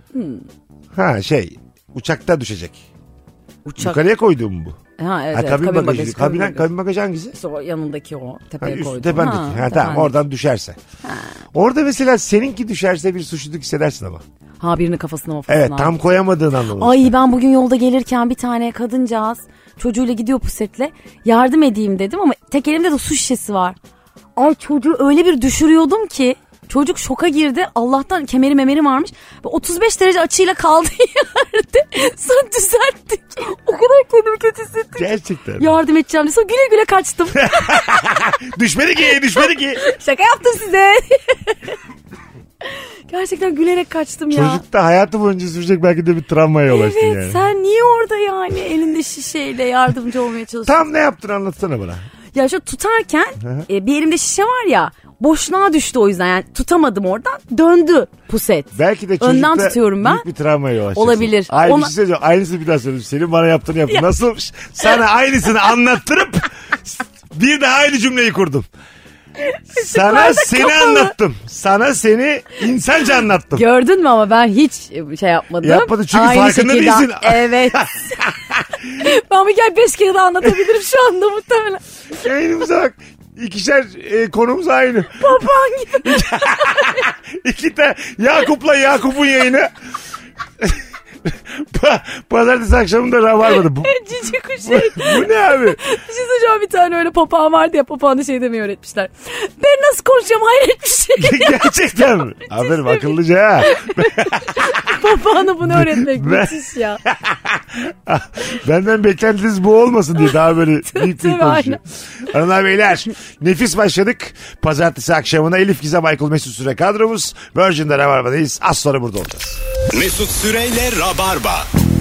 Uçakta düşecek. Yukarıya koyduğum bu. Ha evet. Kabin bagajı. Kabin bagajı hangisi? İşte o yanındaki o tepeye koydum. Tependeki. Tamam oradan düşerse. Orada mesela seninki düşerse bir suçluluk hissedersin ama. Ha birinin kafasına mafasına. Evet tam koyamadığın anlamında. Ay ben bugün yolda gelirken bir tane kadıncağız çocuğuyla gidiyor pusetle. Yardım edeyim dedim ama tek elimde de su şişesi var. Ay çocuğu öyle bir düşürüyordum ki. Çocuk şoka girdi. Allah'tan kemeri varmış. 35 derece açıyla kaldı yerde. Sonra düzelttik. O kadar kendimi kötü hissettim. Gerçekten. Yardım edeceğim diye sonra güle güle kaçtım. düşmedi ki. Şaka yaptım size. Gerçekten gülerek kaçtım ya. Çocuk da hayatı boyunca sürecek belki de bir travmaya yol açtın yani. Sen niye orada yani elinde şişeyle yardımcı olmaya çalışıyorsun? Tam ne yaptın anlatsana bana. Ya şu tutarken bir elimde şişe var ya boşluğa düştü o yüzden yani tutamadım oradan döndü puset. Belki de önden tutuyorum ben. Büyük bir travmaya yol açacaksın. Olabilir. Bir şey söyleyeceğim. Aynısını bir daha söyleyeyim. Senin bana yaptığını yaptım. Nasılmış? Sana aynısını anlattırıp bir daha aynı cümleyi kurdum. Sana seni kapalı. Anlattım. Sana seni insanca anlattım. Gördün mü ama ben hiç şey yapmadım. Yapmadın çünkü aynı farkında şekilde, değilsin. Evet. Ben bir kere 5 kere de anlatabilirim şu anda muhtemelen. Yayınımıza bak. İkişer konumuz aynı. Papağan gibi. İki tane Yakup'un yayını. Pazartesi akşamında Rabarba'da. Cici kuş. Bu ne abi? Bir şey söyleyeceğim bir tane öyle papağan vardı ya papağanı şey demeyi öğretmişler. Ben nasıl konuşacağım hayret bir şey. Gerçekten mi? Aferin akıllıca ha. Papağanı bunu öğretmek müthiş ya. Benden beklentiniz bu olmasın diye daha böyle büyük konuşuyor. Hanımlar beyler nefis başladık. Pazartesi akşamına Elif Gizem Aykul Mesut Süre kadromuz. Virgin'de Rabarba'dayız. Az sonra burada olacağız. Mesut Süreyle Rabarba.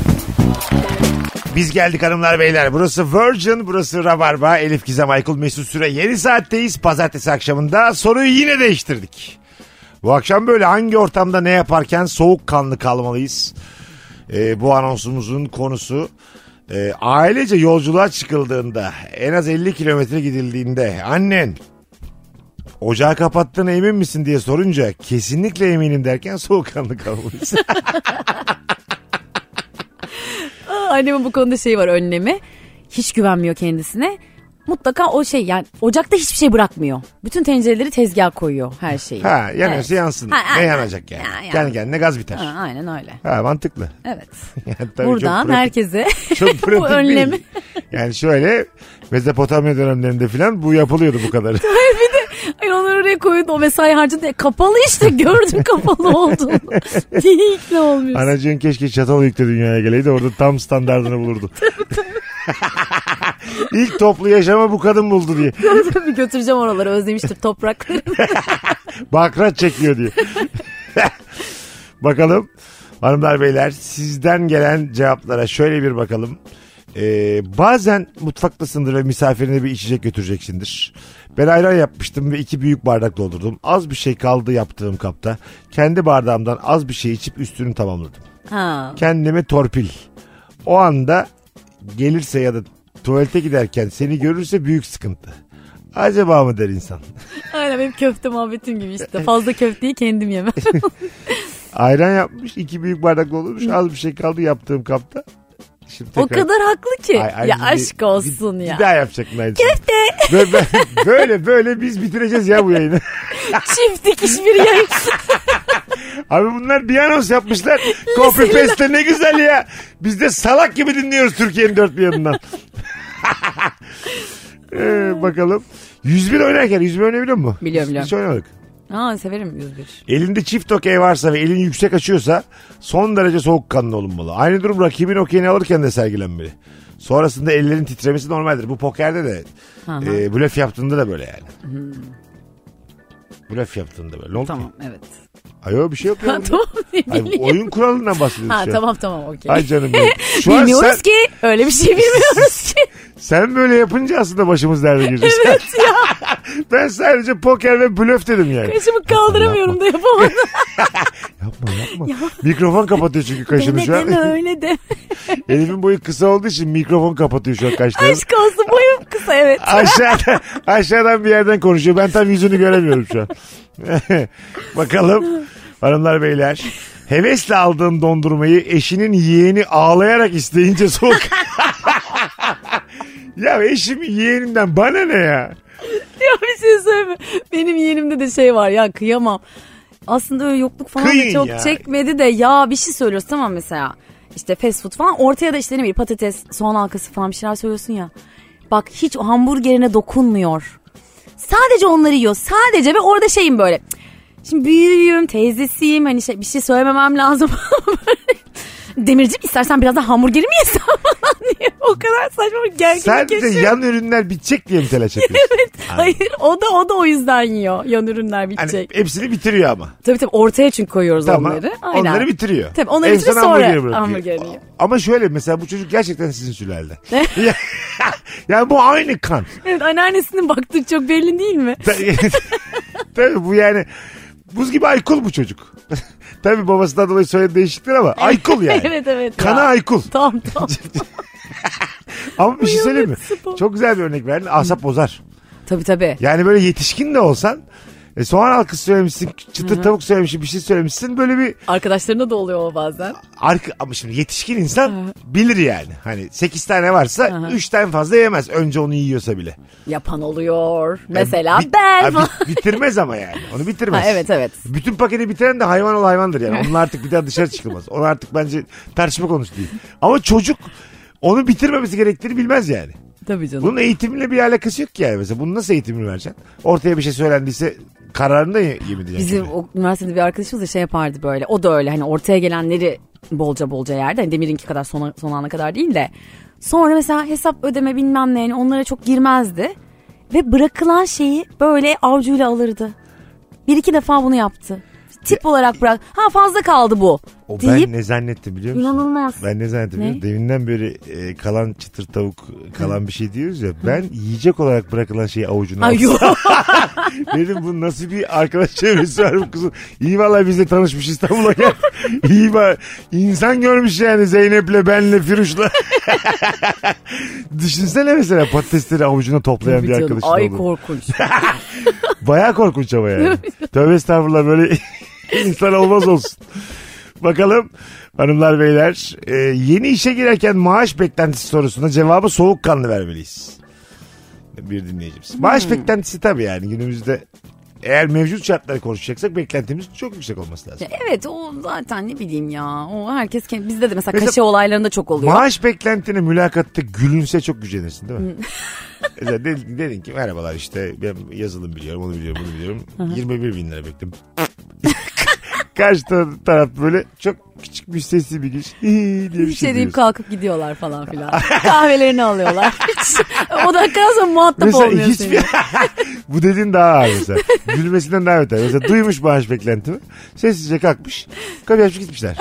Biz geldik hanımlar beyler. Burası Virgin, burası Rabarba. Elif Gizem Aykul Mesut Süre. Yeni saatteyiz. Pazartesi akşamında soruyu yine değiştirdik. Bu akşam böyle hangi ortamda ne yaparken soğukkanlı kalmalıyız? Bu anonsumuzun konusu. Ailece yolculuğa çıkıldığında en az 50 kilometre gidildiğinde annen ocağı kapattığına emin misin diye sorunca kesinlikle eminim derken soğukkanlı kalmalıyız. Annemin bu konuda şeyi var önlemi. Hiç güvenmiyor kendisine. Mutlaka o şey yani ocakta hiçbir şey bırakmıyor. Bütün tencereleri tezgaha koyuyor her şeyi. Yanıyorsa yansın. Ne yanacak yani? Kendi kendine gaz biter. Aynen öyle. Mantıklı. Evet. Yani buradan herkese çok bu önlemi. Yani şöyle Mezopotamya dönemlerinde falan bu yapılıyordu bu kadar. Bir de onları oraya koyun o mesai harcadı. Kapalı işte gördüm kapalı olduğunu. Niye ikna olmuyorsun? Anacığın keşke Çatalhöyük'te dünyaya geleydi orada tam standartını bulurdu. İlk toplu yaşama bu kadın buldu diye. Bir götüreceğim oraları özlemiştir topraklarını. Bakrat çekiyor diye. Bakalım hanımlar beyler sizden gelen cevaplara şöyle bir bakalım. Bazen mutfaktasındır ve misafirine bir içecek götüreceksindir. Ben ayran yapmıştım ve 2 büyük bardak doldurdum. Az bir şey kaldı yaptığım kapta. Kendi bardağımdan az bir şey içip üstünü tamamladım. Kendime torpil. O anda gelirse ya da tuvalete giderken seni görürse büyük sıkıntı. Acaba mı der insan? Aynen benim köfte muhabbetim gibi işte. Fazla köfteyi kendim yemem. Ayran yapmış. 2 büyük bardak doldurmuş. Az bir şey kaldı yaptığım kapta. Şimdi O kadar haklı ki. Ya aşk olsun ya. Bir daha yapacaktın aynısını. Köfte. Böyle biz bitireceğiz ya bu yayını. Çift dikiş bir yayın. Abi bunlar bir anons yapmışlar. Copy paste ne güzel ya. Biz de salak gibi dinliyoruz Türkiye'nin dört bir yanından. Bakalım. 101 oynarken 101 oynayabiliyor musun? Biliyorum. Hiç oynamadık. Severim 101. Elinde çift okey varsa ve elin yüksek açıyorsa son derece soğukkanlı olunmalı. Aynı durum rakibin okeyini alırken de sergilenmeli. Sonrasında ellerin titremesi normaldir. Bu pokerde de blöf yaptığında da böyle yani. Blöf yaptığında böyle. Ne oldu Tamam ki? evet. Ay bir şey yok ya. Tamam Ay, oyun kuralından bahsediyoruz şu an. Tamam okey. Ay canım benim. Şu an Bilmiyoruz ki öyle bir şey bilmiyoruz ki. Sen böyle yapınca aslında başımız derde girecek. Evet ya. Ben sadece poker ve blöf dedim yani. Kaşımı kaldıramıyorum da yapamadım. Yapma. Mikrofon kapatıyor çünkü kaşını şu an. Deme öyle de. Elif'in boyu kısa olduğu için mikrofon kapatıyor şu an kaşlarını. Aşk olsun boyum kısa evet. Aşağıdan bir yerden konuşuyor. Ben tam yüzünü göremiyorum şu an. Bakalım hanımlar beyler. Hevesle aldığın dondurmayı eşinin yeğeni ağlayarak isteyince soğuk. Ya eşimin yeğeninden bana ne ya? Ya bir şey söyleme. Benim yeğenimde de şey var ya kıyamam. Aslında öyle yokluk falan da çok ya. çekmedi de ya bir şey söylüyorsun tamam mesela. İşte fast food falan ortaya da işte ne bileyim patates, soğan halkası falan bir şeyler söylüyorsun ya. Bak hiç o hamburgerine dokunmuyor. Sadece onları yiyor. Sadece ve orada şeyim böyle. Şimdi büyüğüm, teyzesiyim hani bir şey söylememem lazım. Demircim istersen biraz da hamburgeri mi yesem falan diye. O kadar saçma bir gerginlik Sadece yaşıyor. yan ürünler bitecek diye mi telaş yapıyorsun? Evet. Hayır o da o yüzden yiyor. Yan ürünler bitecek. Hani hepsini bitiriyor ama. Tabii ortaya çünkü koyuyoruz Tamam. onları. Aynen. Onları bitiriyor. Tabii onları En bitiriyor son sonra hamburgeri bırakıyor. hamburgeri yiyor. Ama şöyle mesela bu çocuk gerçekten sizin sülalede. Yani bu aynı kan. Evet anneannesinin baktığı çok belli değil mi? Tabii bu yani buz gibi aykul bu çocuk. Tabii babasından dolayı söylediği değişiktir ama aykul yani. Evet. Kana ya. aykul. Tamam. Ama bir şey söyleyeyim mi? Uyanık, Çok güzel bir örnek verdin. Asap bozar. Tabii. Yani böyle yetişkin de olsan soğan halkası söylemişsin, çıtır tavuk söylemişsin, bir şey söylemişsin. Böyle bir Arkadaşlarına da oluyor o bazen. ama şimdi yetişkin insan bilir yani. Hani 8 tane varsa 3 tane fazla yemez. Önce onu yiyorsa bile. Yapan oluyor. Mesela Yani ben. bitirmez ama yani. Onu bitirmez. Ha, evet. Bütün paketi bitiren de hayvan ol hayvandır yani. Onun artık bir daha dışarı çıkılmaz. Onu artık bence tartışma konusu değil. Ama çocuk onu bitirmemesi gerektiğini bilmez yani. Tabii canım. Bunun eğitimle bir alakası yok ki yani. Mesela bunun nasıl eğitimini vereceksin? Ortaya bir şey söylendiyse kararını da yemin edeceksin. Bizim o üniversitede bir arkadaşımız da şey yapardı böyle. O da öyle hani ortaya gelenleri bolca yerde. Hani Demir'inki kadar son ana kadar değil de. Sonra mesela hesap ödeme bilmem ne yani onlara çok girmezdi. Ve bırakılan şeyi böyle avcuyla alırdı. 1-2 defa bunu yaptı. Tip olarak bırak. Ha fazla kaldı bu. O deyip, ben ne zannettim biliyor musun? İnanılmaz. Ben ne zannettim biliyor musun? Deminden beri kalan çıtır tavuk kalan bir şey diyoruz ya. Ben yiyecek olarak bırakılan şeyi avucuna Ay yok. Dedim bu nasıl bir arkadaş çevresi var bu kızın. İyi vallahi bizle tanışmış İstanbul'a gel. İyi var. İnsan görmüş yani Zeynep'le benle Firuş'la. Düşünsene mesela patatesleri avucuna toplayan Tabii bir canım. arkadaşın Ay oldu. korkunç. Bayağı korkunç ama yani. Tövbe estağfurullah böyle insan olmaz olsun. Bakalım hanımlar beyler yeni işe girerken maaş beklentisi sorusuna cevabı soğukkanlı vermeliyiz. Bir dinleyicimiz. Maaş beklentisi tabii yani günümüzde eğer mevcut şartları konuşacaksak beklentimiz çok yüksek olması lazım. Evet o zaten ne bileyim ya. O herkes bizde de mesela kaşe olaylarında çok oluyor. Maaş beklentine mülakatta gülünse çok gücenirsin değil mi? Mesela dedin ki merhabalar işte ben yazılım biliyorum onu biliyorum bunu biliyorum. 21.000 lira bekledim. Karşı taraf böyle çok küçük müstesni bir gülüş diye bir şey deyip kalkıp gidiyorlar falan filan. Kahvelerini alıyorlar. O dakikadan sonra muhatap mesela olmuyor hiçbir... Bu dediğin daha ağır mesela. Gülmesinden daha beter. Mesela duymuş maaş beklentimi. Sessizce kalkmış. Kapıyı açıp gitmişler.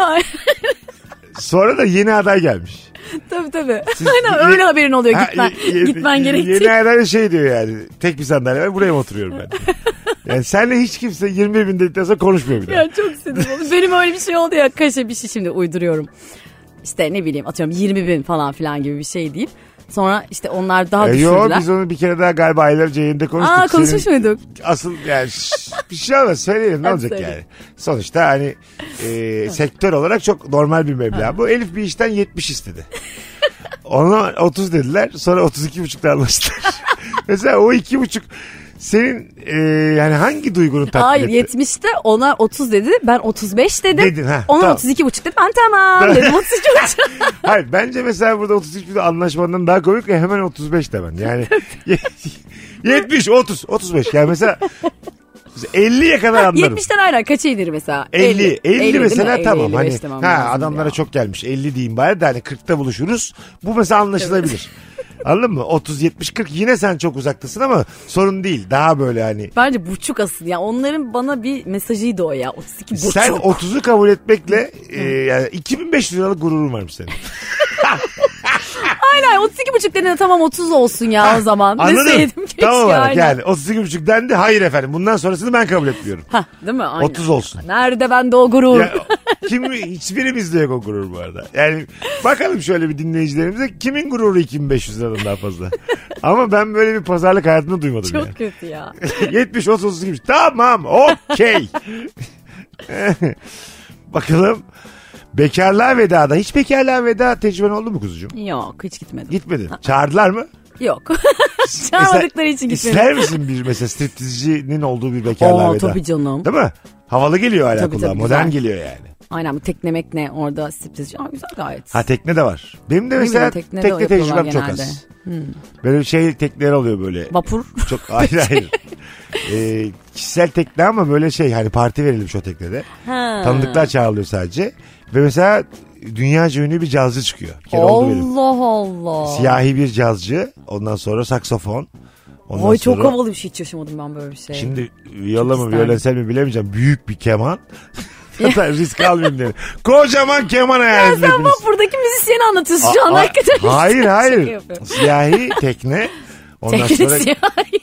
Sonra da yeni aday gelmiş. Tabii. Aynen öyle haberin oluyor gitmen gerektiği. Yeni aday şey diyor yani. Tek bir sandalye var buraya mı oturuyorum ben? Yani senle hiç kimse 21.000 dedikten sonra konuşmuyor bir daha. Ya çok sinir oldu. Benim öyle bir şey oldu ya kaşe bir şey şimdi uyduruyorum. İşte ne bileyim atıyorum 20.000 falan filan gibi bir şey deyip. Sonra işte onlar daha Yok düşürdüler. biz onu bir kere daha galiba aylarca yayında konuştuk. Aa, konuşmuş muyduk? Asıl yani bir şey olmaz söyleyelim ne Hadi olacak söyle. yani. Sonuçta hani sektör olarak çok normal bir meblağ. Bu Elif bir işten 70 istedi. Ona 30 dediler sonra 32,5'la anlaştılar. Mesela o 2,5 senin yani hangi duygunu tatmin Hayır etti? 70'te ona 30 dedi. Ben 35 dedim. Dedin, ha, Ona tamam. 32,5 dedi. Ben tamam dedim 32,5. Hayır bence mesela burada 33 anlaşmandan daha komik ya hemen 35 demen. Yani 70, 30, 35 yani mesela 50'ye kadar anlarım. 70'ten aynen kaça inir mesela? 50 mesela 50, tamam 55 hani demem ha lazım adamlara ya. çok gelmiş 50 diyeyim bari de hani 40'ta buluşuruz. Bu mesela anlaşılabilir. Anladın mı? 30 70 40 yine sen çok uzaktasın ama sorun değil. Daha böyle hani Bence buçuk asıl ya. Onların bana bir mesajıydı o ya. 32 buçuk. sen 30'u kabul etmekle yani 2500 liralık gururun varmış senin. Aynen 32 buçuk dediğinde tamam 30 olsun ya o zaman. Anladın? Deseydim keşke. Tam olarak aynen. yani 32,5 dendi. Hayır efendim bundan sonrasını ben kabul etmiyorum. Hah, değil mi? Aynen. 30 olsun. Nerede bende o gurur? Ya, hiçbirimizde yok o gurur bu arada. Yani bakalım şöyle bir dinleyicilerimize kimin gururu 2500 liradan daha fazla. Ama ben böyle bir pazarlık hayatında duymadım Çok yani. kötü ya. 70 30 gibi. Tamam okey. Bakalım bekarlığa vedada. Hiç bekarlığa veda tecrüben oldu mu kuzucuğum? Yok hiç gitmedim. Gitmedin. Çağırdılar mı? Yok. Çağırmadıkları için gitmedim. İster misin bir mesela striptizcinin olduğu bir bekarlığa Oo veda? tabii canım. Değil mi? Havalı geliyor hala Tabii, kulağa. tabii, Modern güzel. geliyor yani. Aynen bu teknemek ne orada striptiz. Aa, güzel gayet. Ha tekne de var. Benim de mesela tekne de tekne yapıyorlar tecrübem çok genelde. az. Böyle şey tekneler oluyor böyle. Vapur. Çok hayır hayır. Kişisel tekne ama böyle şey hani parti verilmiş o teknede. Ha. Tanıdıklar çağrılıyor sadece. Ve mesela dünyaca ünlü bir cazcı çıkıyor. Bir kere oldu benim. Allah Allah. Siyahi bir cazcı. Ondan sonra saksofon. Ondan Ay çok sonra, havalı bir şey, hiç yaşamadım ben böyle bir şey. Şimdi viola mı isterdim. violensel mi bilemeyeceğim. Büyük bir keman. Hatta risk almayayım dedim. Kocaman keman hayal Ya edin sen hepiniz. vapurdaki müzisyeni anlatıyorsun şu an hakikaten. Hayır Şaka hayır. yapıyorum. Siyahi tekne. Ondan Tekne sonra siyahi.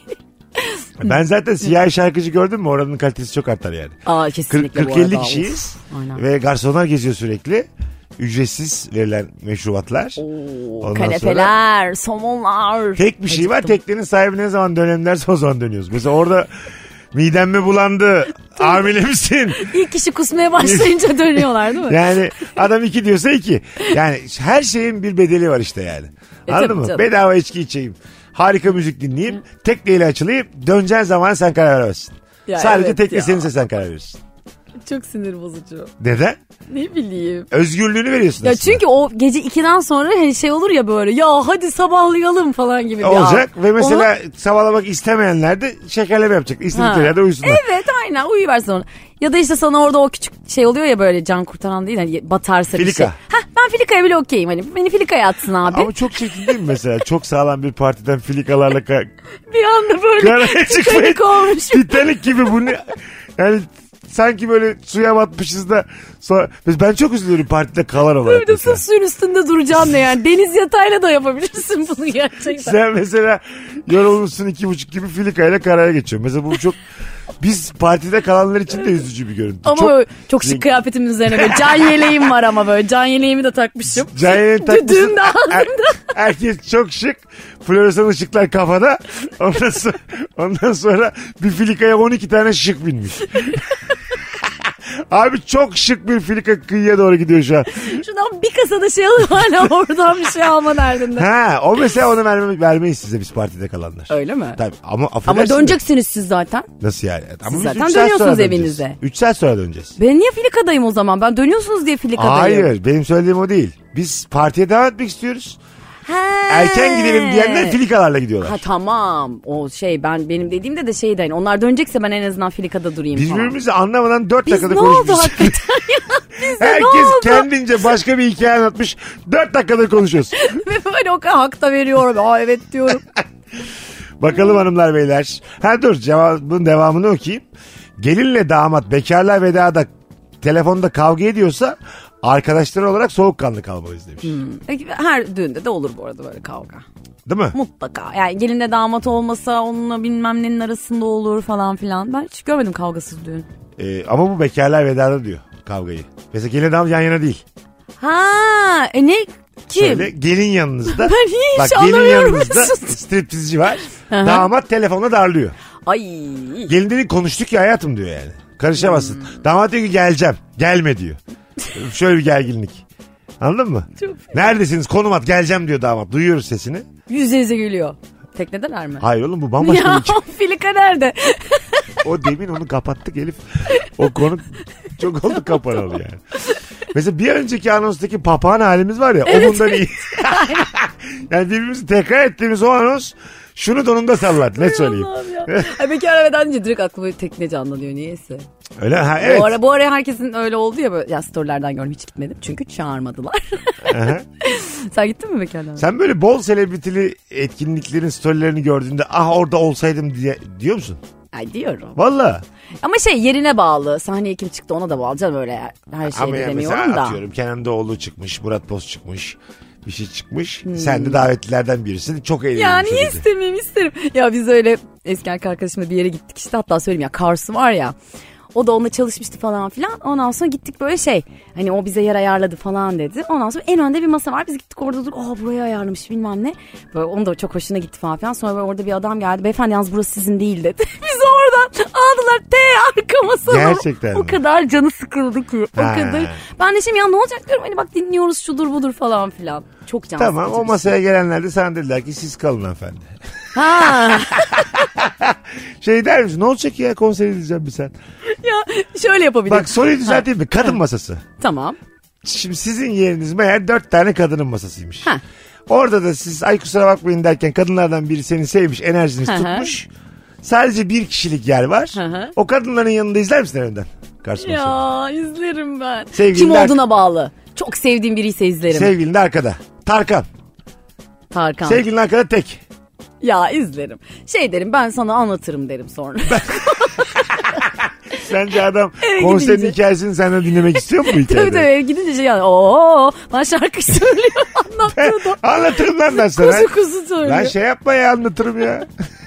ben zaten siyahi şarkıcı gördüm mü oranın kalitesi çok artar yani. Aa kesinlikle bu arada. 40-50 kişiyiz. Aynen. Ve garsonlar geziyor sürekli. Ücretsiz verilen meşrubatlar. Oo, Ondan kanepeler, somonlar. Tek bir şey var. Acıktım. Teknenin sahibi ne zaman dönelim derse o zaman dönüyoruz. Mesela orada midem mi bulandı? Hamile misin? İlk kişi kusmaya başlayınca dönüyorlar değil mi? Yani adam 2 diyorsa 2. Yani her şeyin bir bedeli var işte yani. Anladın tabii mı? canım. Bedava içki içeyim. Harika müzik dinleyeyim. Tekneyle açılayım. Döneceğin zaman sen karar veremezsin. Ya Sadece evet tekne ya. seninse sen karar verirsin. Çok sinir bozucu. Neden? Ne bileyim. Özgürlüğünü veriyorsun Ya aslında. çünkü o gece 2'den sonra hani şey olur ya böyle ya hadi sabahlayalım falan gibi. Olacak ya. ve mesela sabahlamak istemeyenler de şekerleme yapacak. İstedikleri yerde uyusunlar. Evet aynen uyuversin onu. Ya da işte sana orada o küçük şey oluyor ya böyle can kurtaran değil hani batarsa bir Filika. şey. Hah ben filikaya bile okeyim hani beni filikaya atsın abi. Ama çok çirkin değil mi mesela? Çok sağlam bir partiden filikalarla Bir anda böyle karaya çıkmayı. Titanic olmuş. Titanic gibi bu ne? Yani sanki böyle suya batmışız da sonra ben çok üzülüyorum partide kalan olarak. Bir de mesela. sırf suyun üstünde duracaksın ne yani. Deniz yatayla da yapabilirsin bunu gerçekten. Sen mesela yorulmuşsun 2,5 gibi filikayla karaya geçiyorsun. Mesela bu çok biz partide kalanlar için de üzücü bir görüntü. Ama çok şık kıyafetimin üzerine böyle can yeleğim var ama böyle can yeleğimi de takmışım. Cahil'in takmışsın. Düdüğüm de ağzımda. Herkes çok şık. Floresan ışıklar kafada. Ondan sonra bir filikaya 12 tane şık binmiş. Abi çok şık bir filika kıyıya doğru gidiyor şu an. Şuradan bir kasada şey alıp hala oradan bir şey alma derdinde. Ha, o mesela onu vermeyiz size biz partide kalanlar. Öyle mi? Tabii ama Ama affedersin. döneceksiniz siz zaten. Nasıl yani? Ama Siz biz zaten 3 saat dönüyorsunuz sonra evinize. döneceğiz. 3 saat sonra döneceğiz. Ben niye filikadayım o zaman? Ben dönüyorsunuz diye filikadayım. Hayır, benim söylediğim o değil. Biz partiye devam etmek istiyoruz. Erken gidelim diyenler filikalarla gidiyorlar. Ha tamam. O şey benim dediğimde de şeydi hani onlar dönecekse ben en azından filikada durayım Biz falan. birbirimizi anlamadan 4 Biz dakikada ne oldu konuşmuşuz. hakikaten ya? Bizde ne Herkes oldu? kendince başka bir hikaye anlatmış. 4 dakikada konuşuyoruz. Ve böyle o kadar hak da veriyorum. Aa evet diyorum. Bakalım hanımlar beyler. Ha dur cevabın devamını okuyayım. Gelinle damat bekarlığa vedada telefonda kavga ediyorsa arkadaşlar olarak soğukkanlı kalmalıyız demiş. Peki, her düğünde de olur bu arada böyle kavga. Değil mi? Mutlaka. Yani gelinle damat olmasa onunla bilmem nenin arasında olur falan filan. Ben hiç görmedim kavgasız düğün. Ama bu bekarlığa vedada diyor kavgayı. Mesela gelinle damat yan yana değil. Ha ne? Kim? Şöyle gelin yanınızda. Ben hiç Bak gelin anlamıyorum yanınızda Mesut. striptizci var. Hı hı. Damat telefonla darlıyor. Ay. Gelin dedi konuştuk ya hayatım diyor yani. Karışamazsın. Damat diyor ki geleceğim. Gelme diyor. Şöyle bir gerginlik. Anladın mı? Neredesiniz? Konum at geleceğim diyor damat. Duyuyoruz sesini. Yüz yüze geliyor. Teknedeler mi? Hayır oğlum bu bambaşka Ya bir şey. Filika nerede? O demin onu kapattık Elif. O konu çok oldu kapanalı yani. Mesela bir önceki anonstaki papağan halimiz var ya o bundan iyi. Yani birbirimizi tekrar ettiğimiz o anons şunu donunda sallar. Ne söyleyeyim. Allah'ım ya. Ay, bekar aradan önce direkt aklıma tekne canlanıyor niyeyse. Öyle ha evet. Bu ara herkesin öyle oldu ya böyle. Ya storylerden gördüm hiç gitmedim çünkü çağırmadılar. Sen gittin mi bekardan? Sen böyle bol selebritili etkinliklerin storylerini gördüğünde ah orada olsaydım diyor musun? Ay diyorum. Valla. Ama yerine bağlı. Sahneye kim çıktı ona da bağlı canım öyle her şeyi Ama de yani demiyorum mesela da. atıyorum Kenan Doğulu çıkmış, Murat Boz çıkmış. Bir şey çıkmış. Sen de davetlilerden birisin. Çok eğlenceli. Ya niye istemeyeyim isterim. Ya biz öyle eski arkadaşımla bir yere gittik işte hatta söyleyeyim ya Karsu var ya. O da onunla çalışmıştı falan filan. Ondan sonra gittik böyle hani o bize yer ayarladı falan dedi. Ondan sonra en önde bir masa var. Biz gittik orada durduk. Burayı ayarlamış bilmem ne. Böyle onun da çok hoşuna gitti falan filan. Sonra böyle orada bir adam geldi. Beyefendi yalnız burası sizin değil dedi. Biz oradan aldılar arka masada. Gerçekten O mi? kadar canı sıkıldı ki. O Ha. kadar. Ben de ya ne olacak diyorum. Hani bak dinliyoruz şudur budur falan filan. Çok can Tamam sıkıcı o bir masaya gelenler de sana dediler ki siz kalın hanımefendi. Ha. Der misin ne olacak ya konseri izleyeceğim bir sen. Ya şöyle yapabilirim. Bak soruyu düzelteyim mi? Kadın masası. Tamam. Şimdi sizin yeriniz meğer 4 tane kadının masasıymış. Ha. Orada da siz ay kusura bakmayın derken kadınlardan biri seni sevmiş enerjiniz Hı hı. tutmuş. Sadece bir kişilik yer var. Hı hı. O kadınların yanında izler misin önden? Karşıma Ya izlerim ben. Sevgililer- Kim olduğuna bağlı. Çok sevdiğim biriyse izlerim. Sevgilin de arkada. Tarkan. Tarkan. Sevgilin arkada tek. Ya izlerim. Derim ben sana anlatırım derim sonra. Sence adam Eve konserin gidince. hikayesini senden dinlemek istiyor mu bu tabii hikayede? tabii eve gidince lan şarkı söylüyor anlattığı da. Anlatırım lan ben sana. Kuzu kuzu söylüyor. Lan yapma ya anlatırım ya.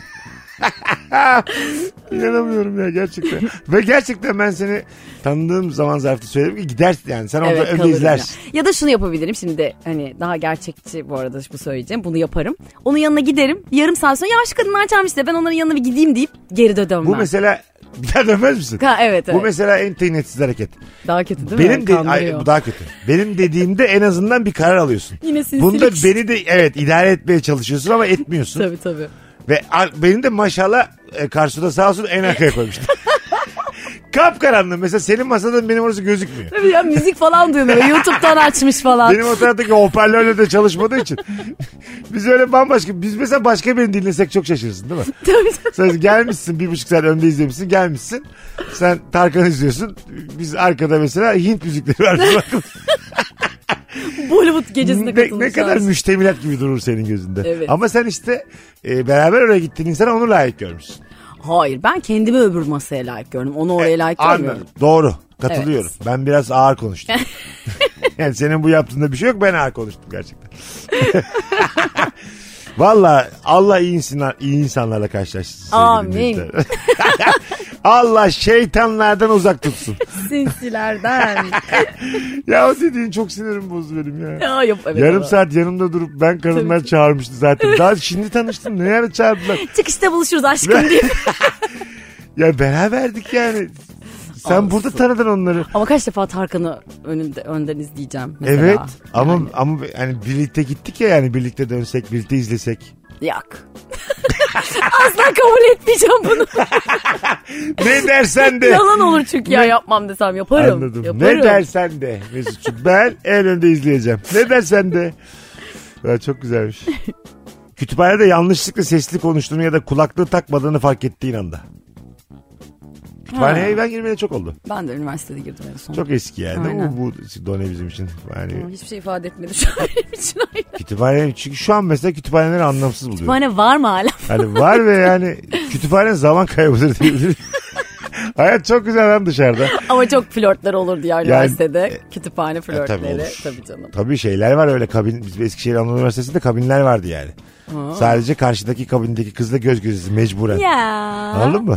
İnanamıyorum ya gerçekten. Ve gerçekten ben seni tanıdığım zaman zarfta söyledim ki gidersin yani. Sen orada önde kalırım izlersin. Ya da şunu yapabilirim şimdi hani daha gerçekçi bu arada bu söyleyeceğim. Bunu yaparım. Onun yanına giderim. Yarım saat sonra yaşlı kadınlar çağırmış da ben onların yanına bir gideyim deyip geri de dönmem. Bu mesela bir daha dönmez misin? Evet. Bu mesela en tıynetsiz hareket. Daha kötü değil mi? Benim Kandırıyor. bu daha kötü. Benim dediğimde en azından bir karar alıyorsun. Yine sinsilik. Bunda beni de idare etmeye çalışıyorsun ama etmiyorsun. Tabii. Ve beni de maşallah karşıda sağ olsun en arkaya koymuştu. Kapkaranlık. Mesela senin masadan benim orası gözükmüyor. Tabii ya müzik falan duymuyor. YouTube'dan açmış falan. Benim o taraftaki hoparlörle de çalışmadığı için. Biz öyle bambaşka. Biz mesela başka birini dinlesek çok şaşırırsın değil mi? Tabii. Sen gelmişsin 1,5 saat önde izlemişsin gelmişsin. Sen Tarkan izliyorsun. Biz arkada mesela Hint müzikleri var. Bollywood gecesine katılmış. ne kadar müştemilat gibi durur senin gözünde. Evet. Ama sen işte beraber oraya gittiğin insana onu layık görmüşsün. Hayır ben kendimi öbür masaya layık gördüm. Onu oraya layık görmüyorum. Anladım. Doğru. Katılıyorum. Evet. Ben biraz ağır konuştum. Yani senin bu yaptığında bir şey yok. Ben ağır konuştum gerçekten. Valla Allah iyi insanlarla karşılaştırsın. sevgili Amin. dinleyiciler. Allah şeytanlardan uzak tutsun. Sinsilerden. Ya o dediğin çok sinirim bozdu benim ya. Ya yok evet. Yarım ama. saat yanımda durup ben kadınlar çağırmıştı zaten. Daha şimdi tanıştım. Ne yere çağırdılar? Çıkışta buluşuruz aşkım diye. Ya beraberdik yani. Sen Olsun. burada tanıdın onları. Ama kaç defa Tarkan'ı önden izleyeceğim mesela. Evet ama Yani. ama hani birlikte gittik ya yani birlikte dönsek birlikte izlesek. Yok. Asla kabul etmeyeceğim bunu. Ne dersen de. Yalan olur çünkü ya yapmam desem yaparım. Anladım. Yaparım. Ne dersen de Mesut'cum ben en önde izleyeceğim. Ne dersen de. Ya çok güzelmiş. Kütüphanede yanlışlıkla sesli konuştuğunu ya da kulaklığı takmadığını fark ettiğin anda. Kütüphaneye ben girmeye çok oldu. Ben de üniversitede girdim en son. Çok eski yani. Aynen. Bu done bizim için. Yani Ama hiçbir şey ifade etmedi şu an benim için. kütüphane çünkü şu an mesela kütüphaneleri anlamsız buluyorum. Kütüphane var mı hala? Hani var ve yani kütüphane zaman kaybıdır diyebilirim. Hayat çok güzel lan dışarıda. Ama çok flörtler olurdu ya üniversitede. Kütüphane flörtleri. tabii olur. Tabii canım. Tabii şeyler var öyle kabin. Biz Eskişehir Anadolu Üniversitesi'nde kabinler vardı yani. Sadece karşıdaki kabindeki kızla göz gözüz mecburen. Ya. Anladın mı?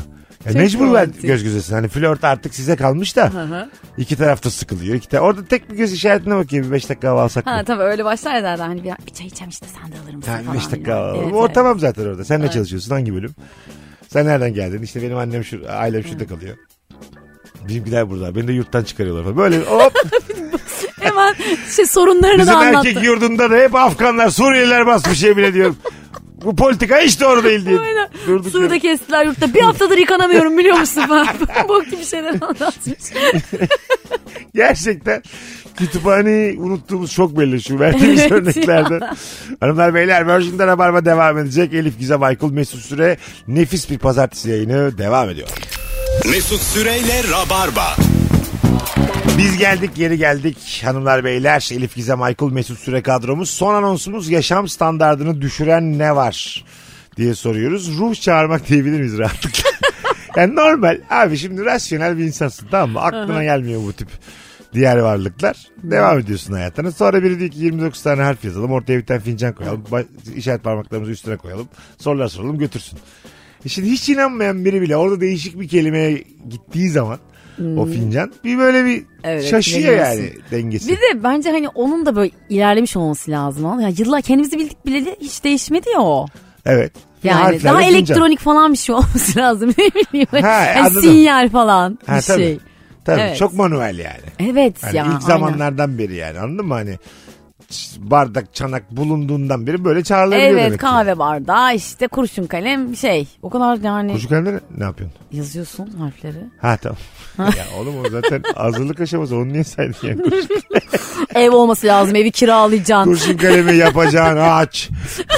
Mecbur ver romantik. göz gözesin. Hani flört artık size kalmış da. İki tarafta sıkılıyor. Orada tek bir göz işaretine bakayım. 5 dakika hava alsak mı? Ha tabii öyle başlar ya zaten. Hani bir çay içeceğim işte sen de alır mısın Yani falan. 5 dakika filan. hava alalım. Evet, O evet. tamam zaten orada. Sen ne çalışıyorsun? Hangi bölüm? Sen nereden geldin? İşte benim annem ailem şurada kalıyor. Bizimkiler burada. Beni de yurttan çıkarıyorlar falan. Böyle hop. Hemen sorunlarını Bizim da anlattı. erkek yurdunda da hep Afganlar, Suriyeliler basmış yemin ediyorum. Bu politika hiç doğru değil diye. Aynen. Durduk Suyu da yere. kestiler yurtta. Bir haftadır yıkanamıyorum biliyor musun falan. Bok gibi şeyler anlatmış. Gerçekten kütüphaneyi unuttuğumuz çok belli şu verdiğimiz Evet örneklerden. Hanımlar beyler Virgin'de Rabarba devam edecek. Elif Gizem Aykul Mesut Süre nefis bir pazartesi yayını devam ediyor. Mesut Süreyle Rabarba. Biz geldik geri geldik hanımlar beyler. Elif Gizem Aykul Mesut Süre kadromuz. Son anonsumuz yaşam standardını düşüren ne var diye soruyoruz. Ruh çağırmak diyebilir miyiz rahatlıkla? Yani normal abi şimdi rasyonel bir insansın tamam mı? Aklına gelmiyor bu tip diğer varlıklar. Devam ediyorsun hayatına. Sonra biri diyor ki 29 tane harf yazalım. Ortaya bir tane fincan koyalım. İşaret parmaklarımızı üstüne koyalım. Sorular soralım götürsün. Şimdi hiç inanmayan biri bile orada değişik bir kelimeye gittiği zaman o fincan bir böyle bir şaşıyor etkileniyorsun. yani dengesi. Bir de bence hani onun da böyle ilerlemiş olması lazım. Yani yıllar kendimizi bildik bileli hiç değişmedi ya o. Evet. Yani Harflerle daha fincan. elektronik falan bir şey olması lazım. Ne bileyim. Yani anladım. sinyal falan bir Tabii. şey. Tabii Evet. çok manuel yani. Evet Hani ya. ilk zamanlardan beri yani anladın mı hani bardak çanak bulunduğundan beri böyle çağrılabiliyor Evet demek ki. kahve bardağı işte kurşun kalem o kadar yani Kurşun kalemle ne yapıyorsun? yazıyorsun harfleri. Ha tamam. Ya oğlum o zaten hazırlık aşaması onu niye saydın yani? Ev olması lazım evi kiralayacaksın. Kurşun kalemi yapacağın ağaç.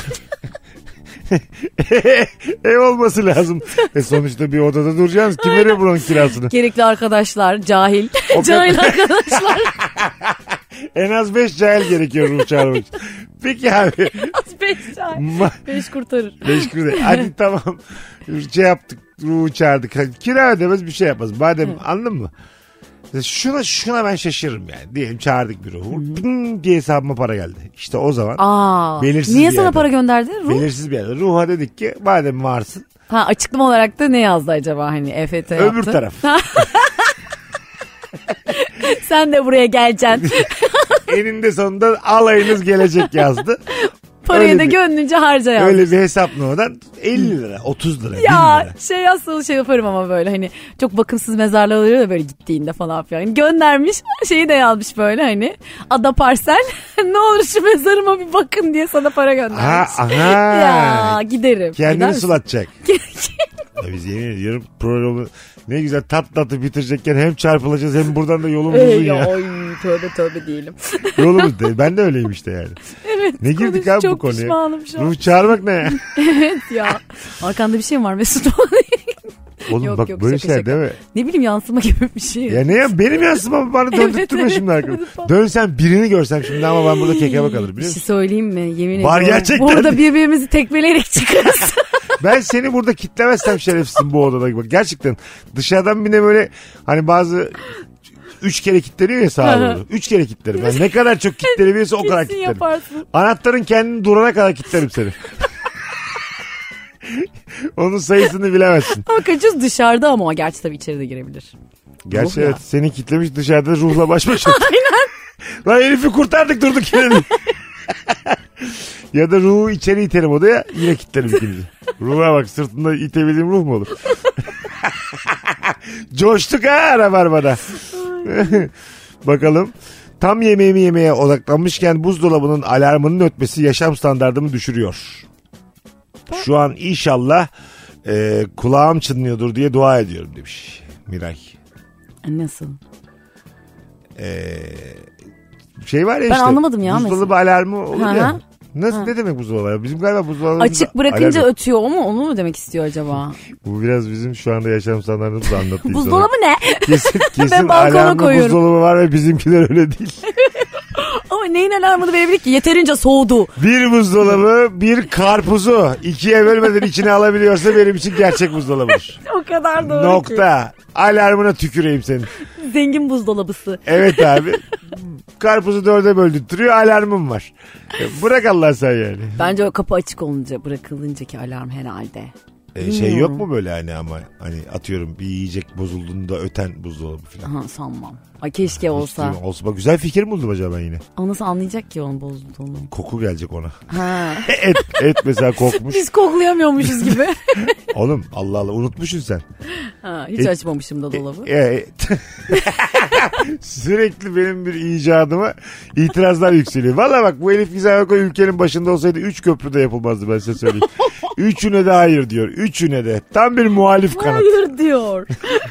Ev olması lazım. Sonuçta bir odada duracaksınız. Kim veriyor buranın kirasını? Gerekli arkadaşlar cahil. O Cahil arkadaşlar. En az 5 cahil gerekiyor ruh çağırmak için. Peki abi. Az 5 cahil. 5 kurtarır. 5 kuruş. Hadi tamam. Şey yaptık. Ruhu çağırdık. Kira ödemez bir şey yapmaz. Madem anladın mı? Şuna ben şaşırırım yani. Diyelim çağırdık bir ruhu. Ping diye hesabıma para geldi. İşte o zaman belirsiz Niye bir sana yerde. para gönderdi Ruh? Belirsiz bir yerde. Ruha dedik ki madem varsın. Ha açıklama olarak da ne yazdı acaba hani EFT yaptı. Öbür taraf. Sen de buraya geleceksin. Eninde sonunda alayınız gelecek yazdı. Parayı Öyle da bir- gönlünce harca yazdı. Öyle bir hesaplamadan 50 lira, 30 lira, 1000 Ya lira. asıl yaparım ama böyle hani çok bakımsız mezarlar oluyor da böyle gittiğinde falan filan. Yani göndermiş şeyi de yazmış böyle hani ada parsel ne olur şu mezarıma bir bakın diye sana para göndermiş. Aha. Ya giderim. Gider Kendini misin? sulatacak. Ya biz yemin ediyorum programı ne güzel tatlı bitirecekken hem çarpılacağız hem buradan da yolumuz uzun ya. Oy tövbe diyelim. Yolumuz değil. Ben de öyleyim işte yani. Evet. Ne girdik abi bu çok konuya? pişmanım şu an. Ruh çağırmak ne ya? Evet ya. Arkanda bir şey mi var Mesut? Oğlum Yok, bak yok, böyle şaka, şeyler şaka. değil mi? Ne bileyim yansıma gibi bir şey. Ya ne ya benim yansımamı bana döndürtme Evet, şimdi evet. arkadaşım. Dönsem birini görsem şimdi ama ben burada kekeme kalır biliyor Bir şey musun? söyleyeyim mi? Yemin Var ediyorum. gerçekten. Burada birbirimizi tekmeleyerek çıkarız. Ben seni burada kitlemezsem şerefsizim bu odada. Bak gerçekten dışarıdan bir de böyle hani bazı 3 kere kilitleniyor ya sağa doğru. 3 kere kilitlerim. Ben ne kadar çok kilitlenebiliyorsa o kadar Kesin kilitlerim. yaparsın. Anahtarın kendini durana kadar kilitlerim seni. Onun sayısını bilemezsin. Ama kaçıyoruz dışarıda ama o gerçi tabii içeri de girebilir. Gerçi Ruh ya. evet seni kilitlemiş dışarıda ruhla baş başa. Aynen. Lan herifi kurtardık durduk yere. Ya da ruhu içeri iterim odaya yine kilitlerim ikimizi. Ruha bak sırtında itebildiğim ruh mu olur? Coştuk ha Rabarba'da. Bakalım. Tam yemeğimi yemeye odaklanmışken buzdolabının alarmının ötmesi yaşam standartımı düşürüyor. Şu an inşallah kulağım çınlıyordur diye dua ediyorum demiş Miray. Nasıl? Şey var ya Ben işte. anlamadım ya buzdolabı alarmı olur Hı ya. hı. Nasıl ne demek buzdolabı? Bizim galiba buzdolabı Açık bırakınca ötüyor o mu? Onu mu demek istiyor acaba? Bu biraz bizim şu anda yaşam standartımızı anlatıyor. Buzdolabı ne? Kesin Ben balkona alarmlı koyuyorum. buzdolabı var ve bizimkiler öyle değil. Ama neyin alarmını verebilir ki? Yeterince soğudu. Bir buzdolabı bir karpuzu ikiye bölmeden içine alabiliyorsa benim için gerçek buzdolabıdır. O kadar doğru Nokta. Alarmına tüküreyim senin. ki. Zengin buzdolabısı. Evet abi. Karpuzu dörde böldürtüyor alarmım var. Bırak Allah sen yani. Bence o kapı açık olunca bırakılınca ki alarm herhalde. Şey yok mu böyle hani ama hani atıyorum bir yiyecek bozulduğunda öten buzdolabı falan. Aha, sanmam. Ay keşke olsa. Olsa bak güzel fikir mi buldum acaba ben yine? O nasıl anlayacak ki onun bozulduğunu? Koku gelecek ona. Ha. et mesela kokmuş. Biz koklayamıyormuşuz gibi. Oğlum Allah Allah unutmuşsun sen. Ha, hiç açmamışım da dolabı. Sürekli benim bir icadıma itirazlar yükseliyor. Valla bak bu Elif Gizem Akoy ülkenin başında olsaydı 3 köprü de yapılmazdı ben size söyleyeyim. Üçüne de hayır diyor. Üçüne de. Tam bir muhalif kanat. Hayır diyor.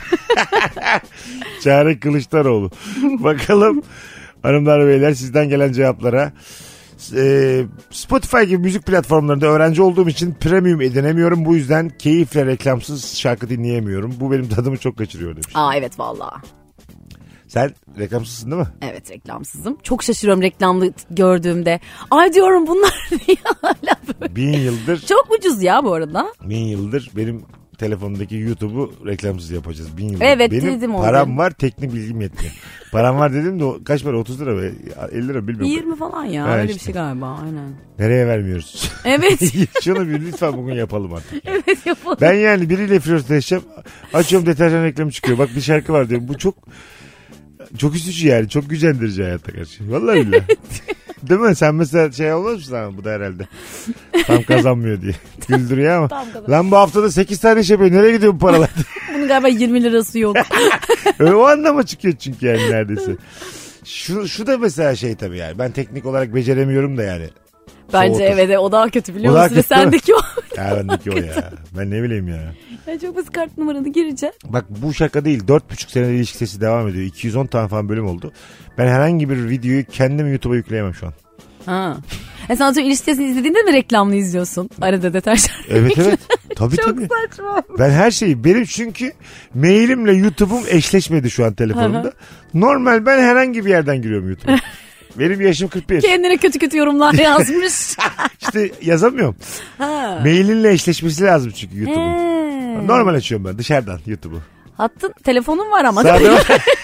Çare Kılıçdaroğlu. Bakalım hanımlar beyler sizden gelen cevaplara. Spotify gibi müzik platformlarında öğrenci olduğum için premium edinemiyorum. Bu yüzden keyifle reklamsız şarkı dinleyemiyorum. Bu benim tadımı çok kaçırıyor demiş. Aa evet valla. Sen reklamsızsın değil mi? Evet reklamsızım. Çok şaşırıyorum reklamlı gördüğümde. Ay diyorum bunlar niye hala böyle? 1000 yıldır. Çok ucuz ya bu arada. 1000 yıldır benim telefondaki YouTube'u reklamsız yapacağız. 1000 yıldır. Evet benim dedim onu. param var teknik bilgim yetmiyor. Param var dedim de kaç para 30 lira mı 50 lira bilmiyorum. 20 falan ya Ha, öyle işte. bir şey galiba aynen. Nereye vermiyoruz? Evet. Şunu bir lütfen bugün yapalım artık. Evet yapalım. Ben yani biriyle flörtleşeceğim. Açıyorum deterjan reklamı çıkıyor. Bak bir şarkı var diyorum. Bu çok üzücü yani. Çok gücendirici hayata karşı. Vallahi billahi. Değil mi? Sen mesela şey olmaz mısın ama bu da herhalde. Tam kazanmıyor diye. Güldürüyor ama. Lan bu haftada 8 tane iş yapıyor. Nereye gidiyor bu paralar? Bunun galiba 20 lirası yok. O anlama çıkıyor çünkü yani neredeyse. Şu da mesela şey tabii yani. Ben teknik olarak beceremiyorum da yani. Bence Soğutur. evet o daha kötü biliyor O daha musun? kötü değil mi? Sendeki o. Ya bendeki o ya. Ben ne bileyim ya. Ya çok basit kart numaranı gireceksin. Bak bu şaka değil. 4,5 senedir ilişki sesi devam ediyor. 210 tane falan bölüm oldu. Ben herhangi bir videoyu kendim YouTube'a yükleyemem şu an. Ha. Sen sonra ilişkisini izlediğinde mi reklamlı izliyorsun? Arada deterjan. Evet evet. Tabii Çok tabii. saçma. Ben her şeyi benim çünkü mailimle YouTube'um eşleşmedi şu an telefonumda. Normal ben herhangi bir yerden giriyorum YouTube'a. Benim yaşım 41. Kendine kötü kötü yorumlar yazmış. İşte yazamıyorum. Ha. Mailinle eşleşmesi lazım çünkü YouTube'un. Normal açıyorum ben dışarıdan YouTube'u. Hattın telefonun var ama. Sağda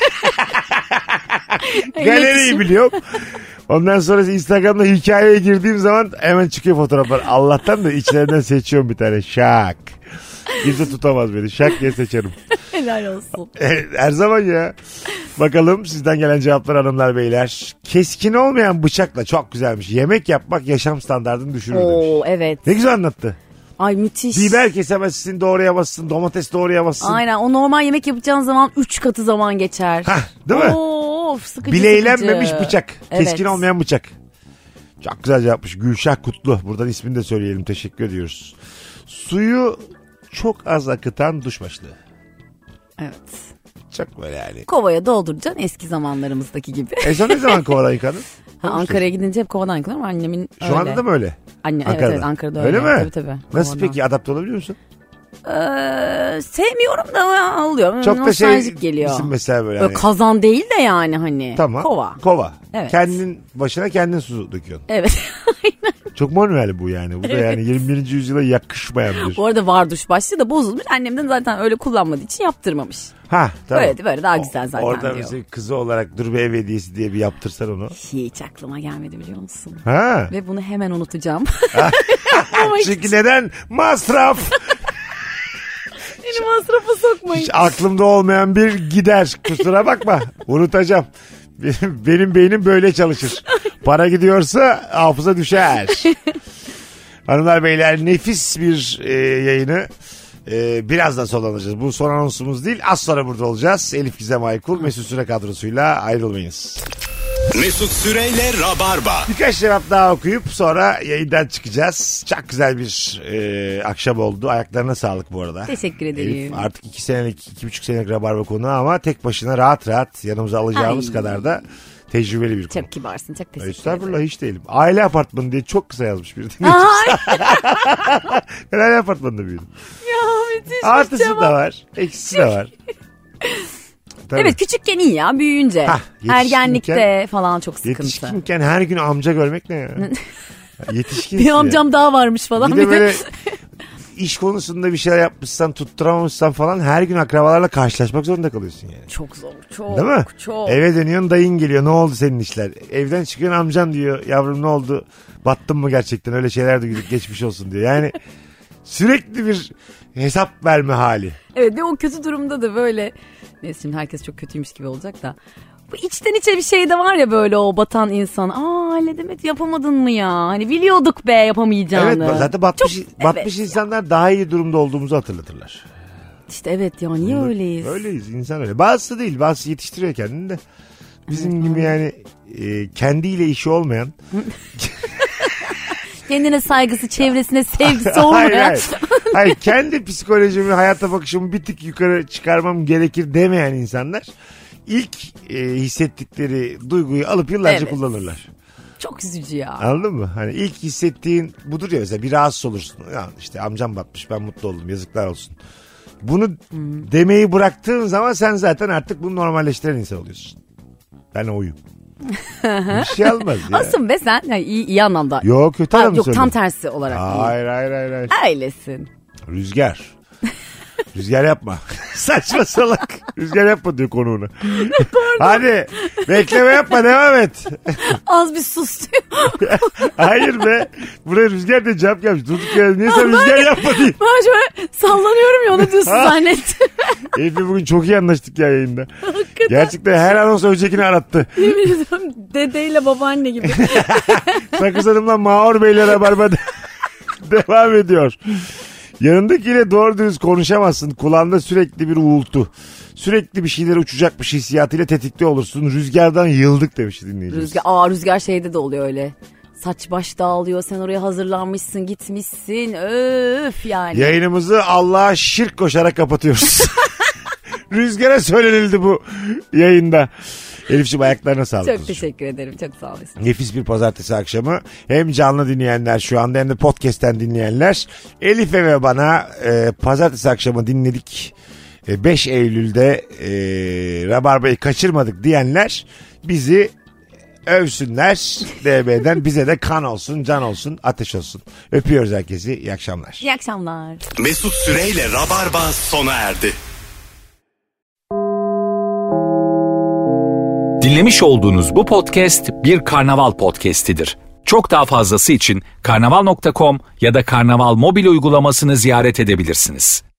galeriyi biliyorum. Ondan sonra Instagram'da hikayeye girdiğim zaman hemen çıkıyor fotoğraflar. Allah'tan da içlerinden seçiyorum bir tane. Şak. Kimse tutamaz beni. Şak diye seçerim. Helal olsun. Her zaman ya. Bakalım sizden gelen cevaplar hanımlar beyler. Keskin olmayan bıçakla çok güzelmiş. Yemek yapmak yaşam standartını düşürür demiş. Oo evet. Ne güzel anlattı. Ay müthiş. Biber kesemezsin, doğrayamazsın, domates doğrayamazsın. Aynen o normal yemek yapacağın zaman 3 katı zaman geçer. Hah, değil mi? Of sıkıcı Bileylenmemiş sıkıcı. bıçak. Keskin Evet. olmayan bıçak. Çok güzel yapmış. Gülşah Kutlu. Buradan ismini de söyleyelim. Teşekkür ediyoruz. Suyu çok az akıtan duş başlığı. Evet. Çok böyle yani. Kovaya dolduracaksın eski zamanlarımızdaki gibi. Sen ne zaman kovadan yıkadın? Ankara'ya gidince hep kovadan yıkanıyorum. Annemin Şu öyle. anda da mı öyle? Anne, Ankara'da. evet Ankara'da öyle. Öyle mi? Tabii. Nasıl Kovadan. peki adapte olabiliyor musun? Sevmiyorum da oluyor. Çok da şey Nostaljik geliyor. misin mesela böyle. Böyle Hani, kazan değil de yani hani. tamam. Kova. Kova. Evet. Kendin başına kendin su döküyorsun. Evet. Çok manuel bu yani. Bu da yani 21. yüzyıla yakışmayan bir. Bu arada var duş başlığı da bozulmuş. Annemden zaten öyle kullanmadığı için yaptırmamış. Ha tamam. Böyle daha güzel zaten Orada diyor. mesela kızı olarak dur bir ev hediyesi diye bir yaptırsan onu. Hiç aklıma gelmedi biliyor musun? Ha. Ve bunu hemen unutacağım. Çünkü neden? Masraf. Beni masrafa sokmayın. Hiç aklımda olmayan bir gider. Kusura bakma. Unutacağım. Benim beynim böyle çalışır. Para gidiyorsa hafıza düşer. Hanımlar beyler nefis bir yayını birazdan sonlandıracağız. Bu son anonsumuz değil. Az sonra burada olacağız. Elif Gizem Aykul Mesut Süre kadrosuyla ayrılmayınız. Mesut Süreyle Rabarba. Birkaç cevap daha okuyup sonra yayından çıkacağız. Çok güzel bir akşam oldu. Ayaklarına sağlık bu arada. Teşekkür ederim. Elif, artık 2,5 senelik Rabarba konu ama tek başına rahat rahat yanımıza alacağımız Ay. kadar da tecrübeli bir konu. Çok kibarsın. Çok teşekkür Estağfurullah ederim. hiç değilim. Aile apartmanı diye çok kısa yazmış biri. Ay, Ben aile apartmanında büyüdüm. ya müthiş bir Artısı cevap. da var. Eksisi de var. Tabii. Evet küçükken iyi ya büyüyünce. Hah, yetişkinken- Ergenlikte falan çok sıkıntı. Yetişkinken her gün amca görmek ne ya? Yetişkin. Bir amcam daha varmış falan. Bir de böyle iş konusunda bir şeyler yapmışsan tutturamamışsan falan her gün akrabalarla karşılaşmak zorunda kalıyorsun yani. Çok zor. Çok. Değil mi? Çok. Eve dönüyorsun dayın geliyor ne oldu senin işler? Evden çıkıyorsun amcan diyor yavrum ne oldu? Battın mı gerçekten öyle şeyler de geçmiş olsun diyor. Yani Sürekli bir hesap verme hali. Evet ve o kötü durumda da böyle. Neyse şimdi herkes çok kötüymüş gibi olacak da. Bu içten içe bir şey de var ya böyle o batan insan. Halledemedi yapamadın mı ya? Hani biliyorduk be yapamayacağını. Evet zaten batmış insanlar daha iyi durumda olduğumuzu hatırlatırlar. İşte evet ya niye öyleyiz? Öyleyiz insan öyle. Bazısı değil bazısı yetiştiriyor kendini de. Bizim gibi yani kendiyle işi olmayan. Kendine saygısı, çevresine sevgisi olmayan. Hayır, kendi psikolojimi, hayata bakışımı bir tık yukarı çıkarmam gerekir demeyen insanlar ilk hissettikleri duyguyu alıp yıllarca kullanırlar. Çok üzücü ya. Anladın mı? Hani ilk hissettiğin budur ya, mesela bir rahatsız olursun. Ya işte amcam batmış, ben mutlu oldum, yazıklar olsun. Bunu demeyi bıraktığın zaman sen zaten artık bunu normalleştiren insan oluyorsun. Ben oyum. Bir şey almaz ya. Olsun be sen yani iyi anlamda. Yok kötü anlamda Yok söylüyorum. tam tersi olarak. Hayır. Öylesin. Rüzgar. Rüzgar yapma. Saçma salak. Rüzgar yapma diyor konuğuna. Hadi bekleme yapma, devam et. Az bir sus diyor. Hayır be. Buraya Rüzgar diye cevap gelmiş. Durduk ya. Niye sen Rüzgar yapma diyeyim. Ben şöyle sallanıyorum ya onu diyorsun zannettim. Elif'le bugün çok iyi anlaştık ya yayında. Gerçekten her anons öncekini arattı. Yemin ediyorum dedeyle babaanne gibi. Sakız Hanım'la Mağur Bey'le Rabarba devam ediyor. Yanındakiyle doğru dürüst konuşamazsın. Kulağında sürekli bir uğultu. Sürekli bir şeyler uçacakmış hissiyatıyla tetikte olursun. Rüzgardan yıldık demiş dinleyicimiz. Rüzgar şeyde de oluyor öyle. Saç baş dağılıyor, sen oraya hazırlanmışsın, gitmişsin, öf yani. Yayınımızı Allah'a şirk koşarak kapatıyoruz. Rüzgara söylenildi bu yayında. Elif'ciğim ayaklarına sağlık. Çok teşekkür ederim, çok sağ olasın. Nefis bir pazartesi akşamı. Hem canlı dinleyenler şu anda hem de podcast'ten dinleyenler. Elif'e ve bana pazartesi akşamı dinledik. 5 Eylül'de Rabarba'yı kaçırmadık diyenler bizi övsünler. DB'den bize de kan olsun, can olsun, ateş olsun. Öpüyoruz herkesi. İyi akşamlar. İyi akşamlar. Mesut Süreyle Rabarba sona erdi. Dinlemiş olduğunuz bu podcast bir karnaval podcastidir. Çok daha fazlası için karnaval.com ya da karnaval mobil uygulamasını ziyaret edebilirsiniz.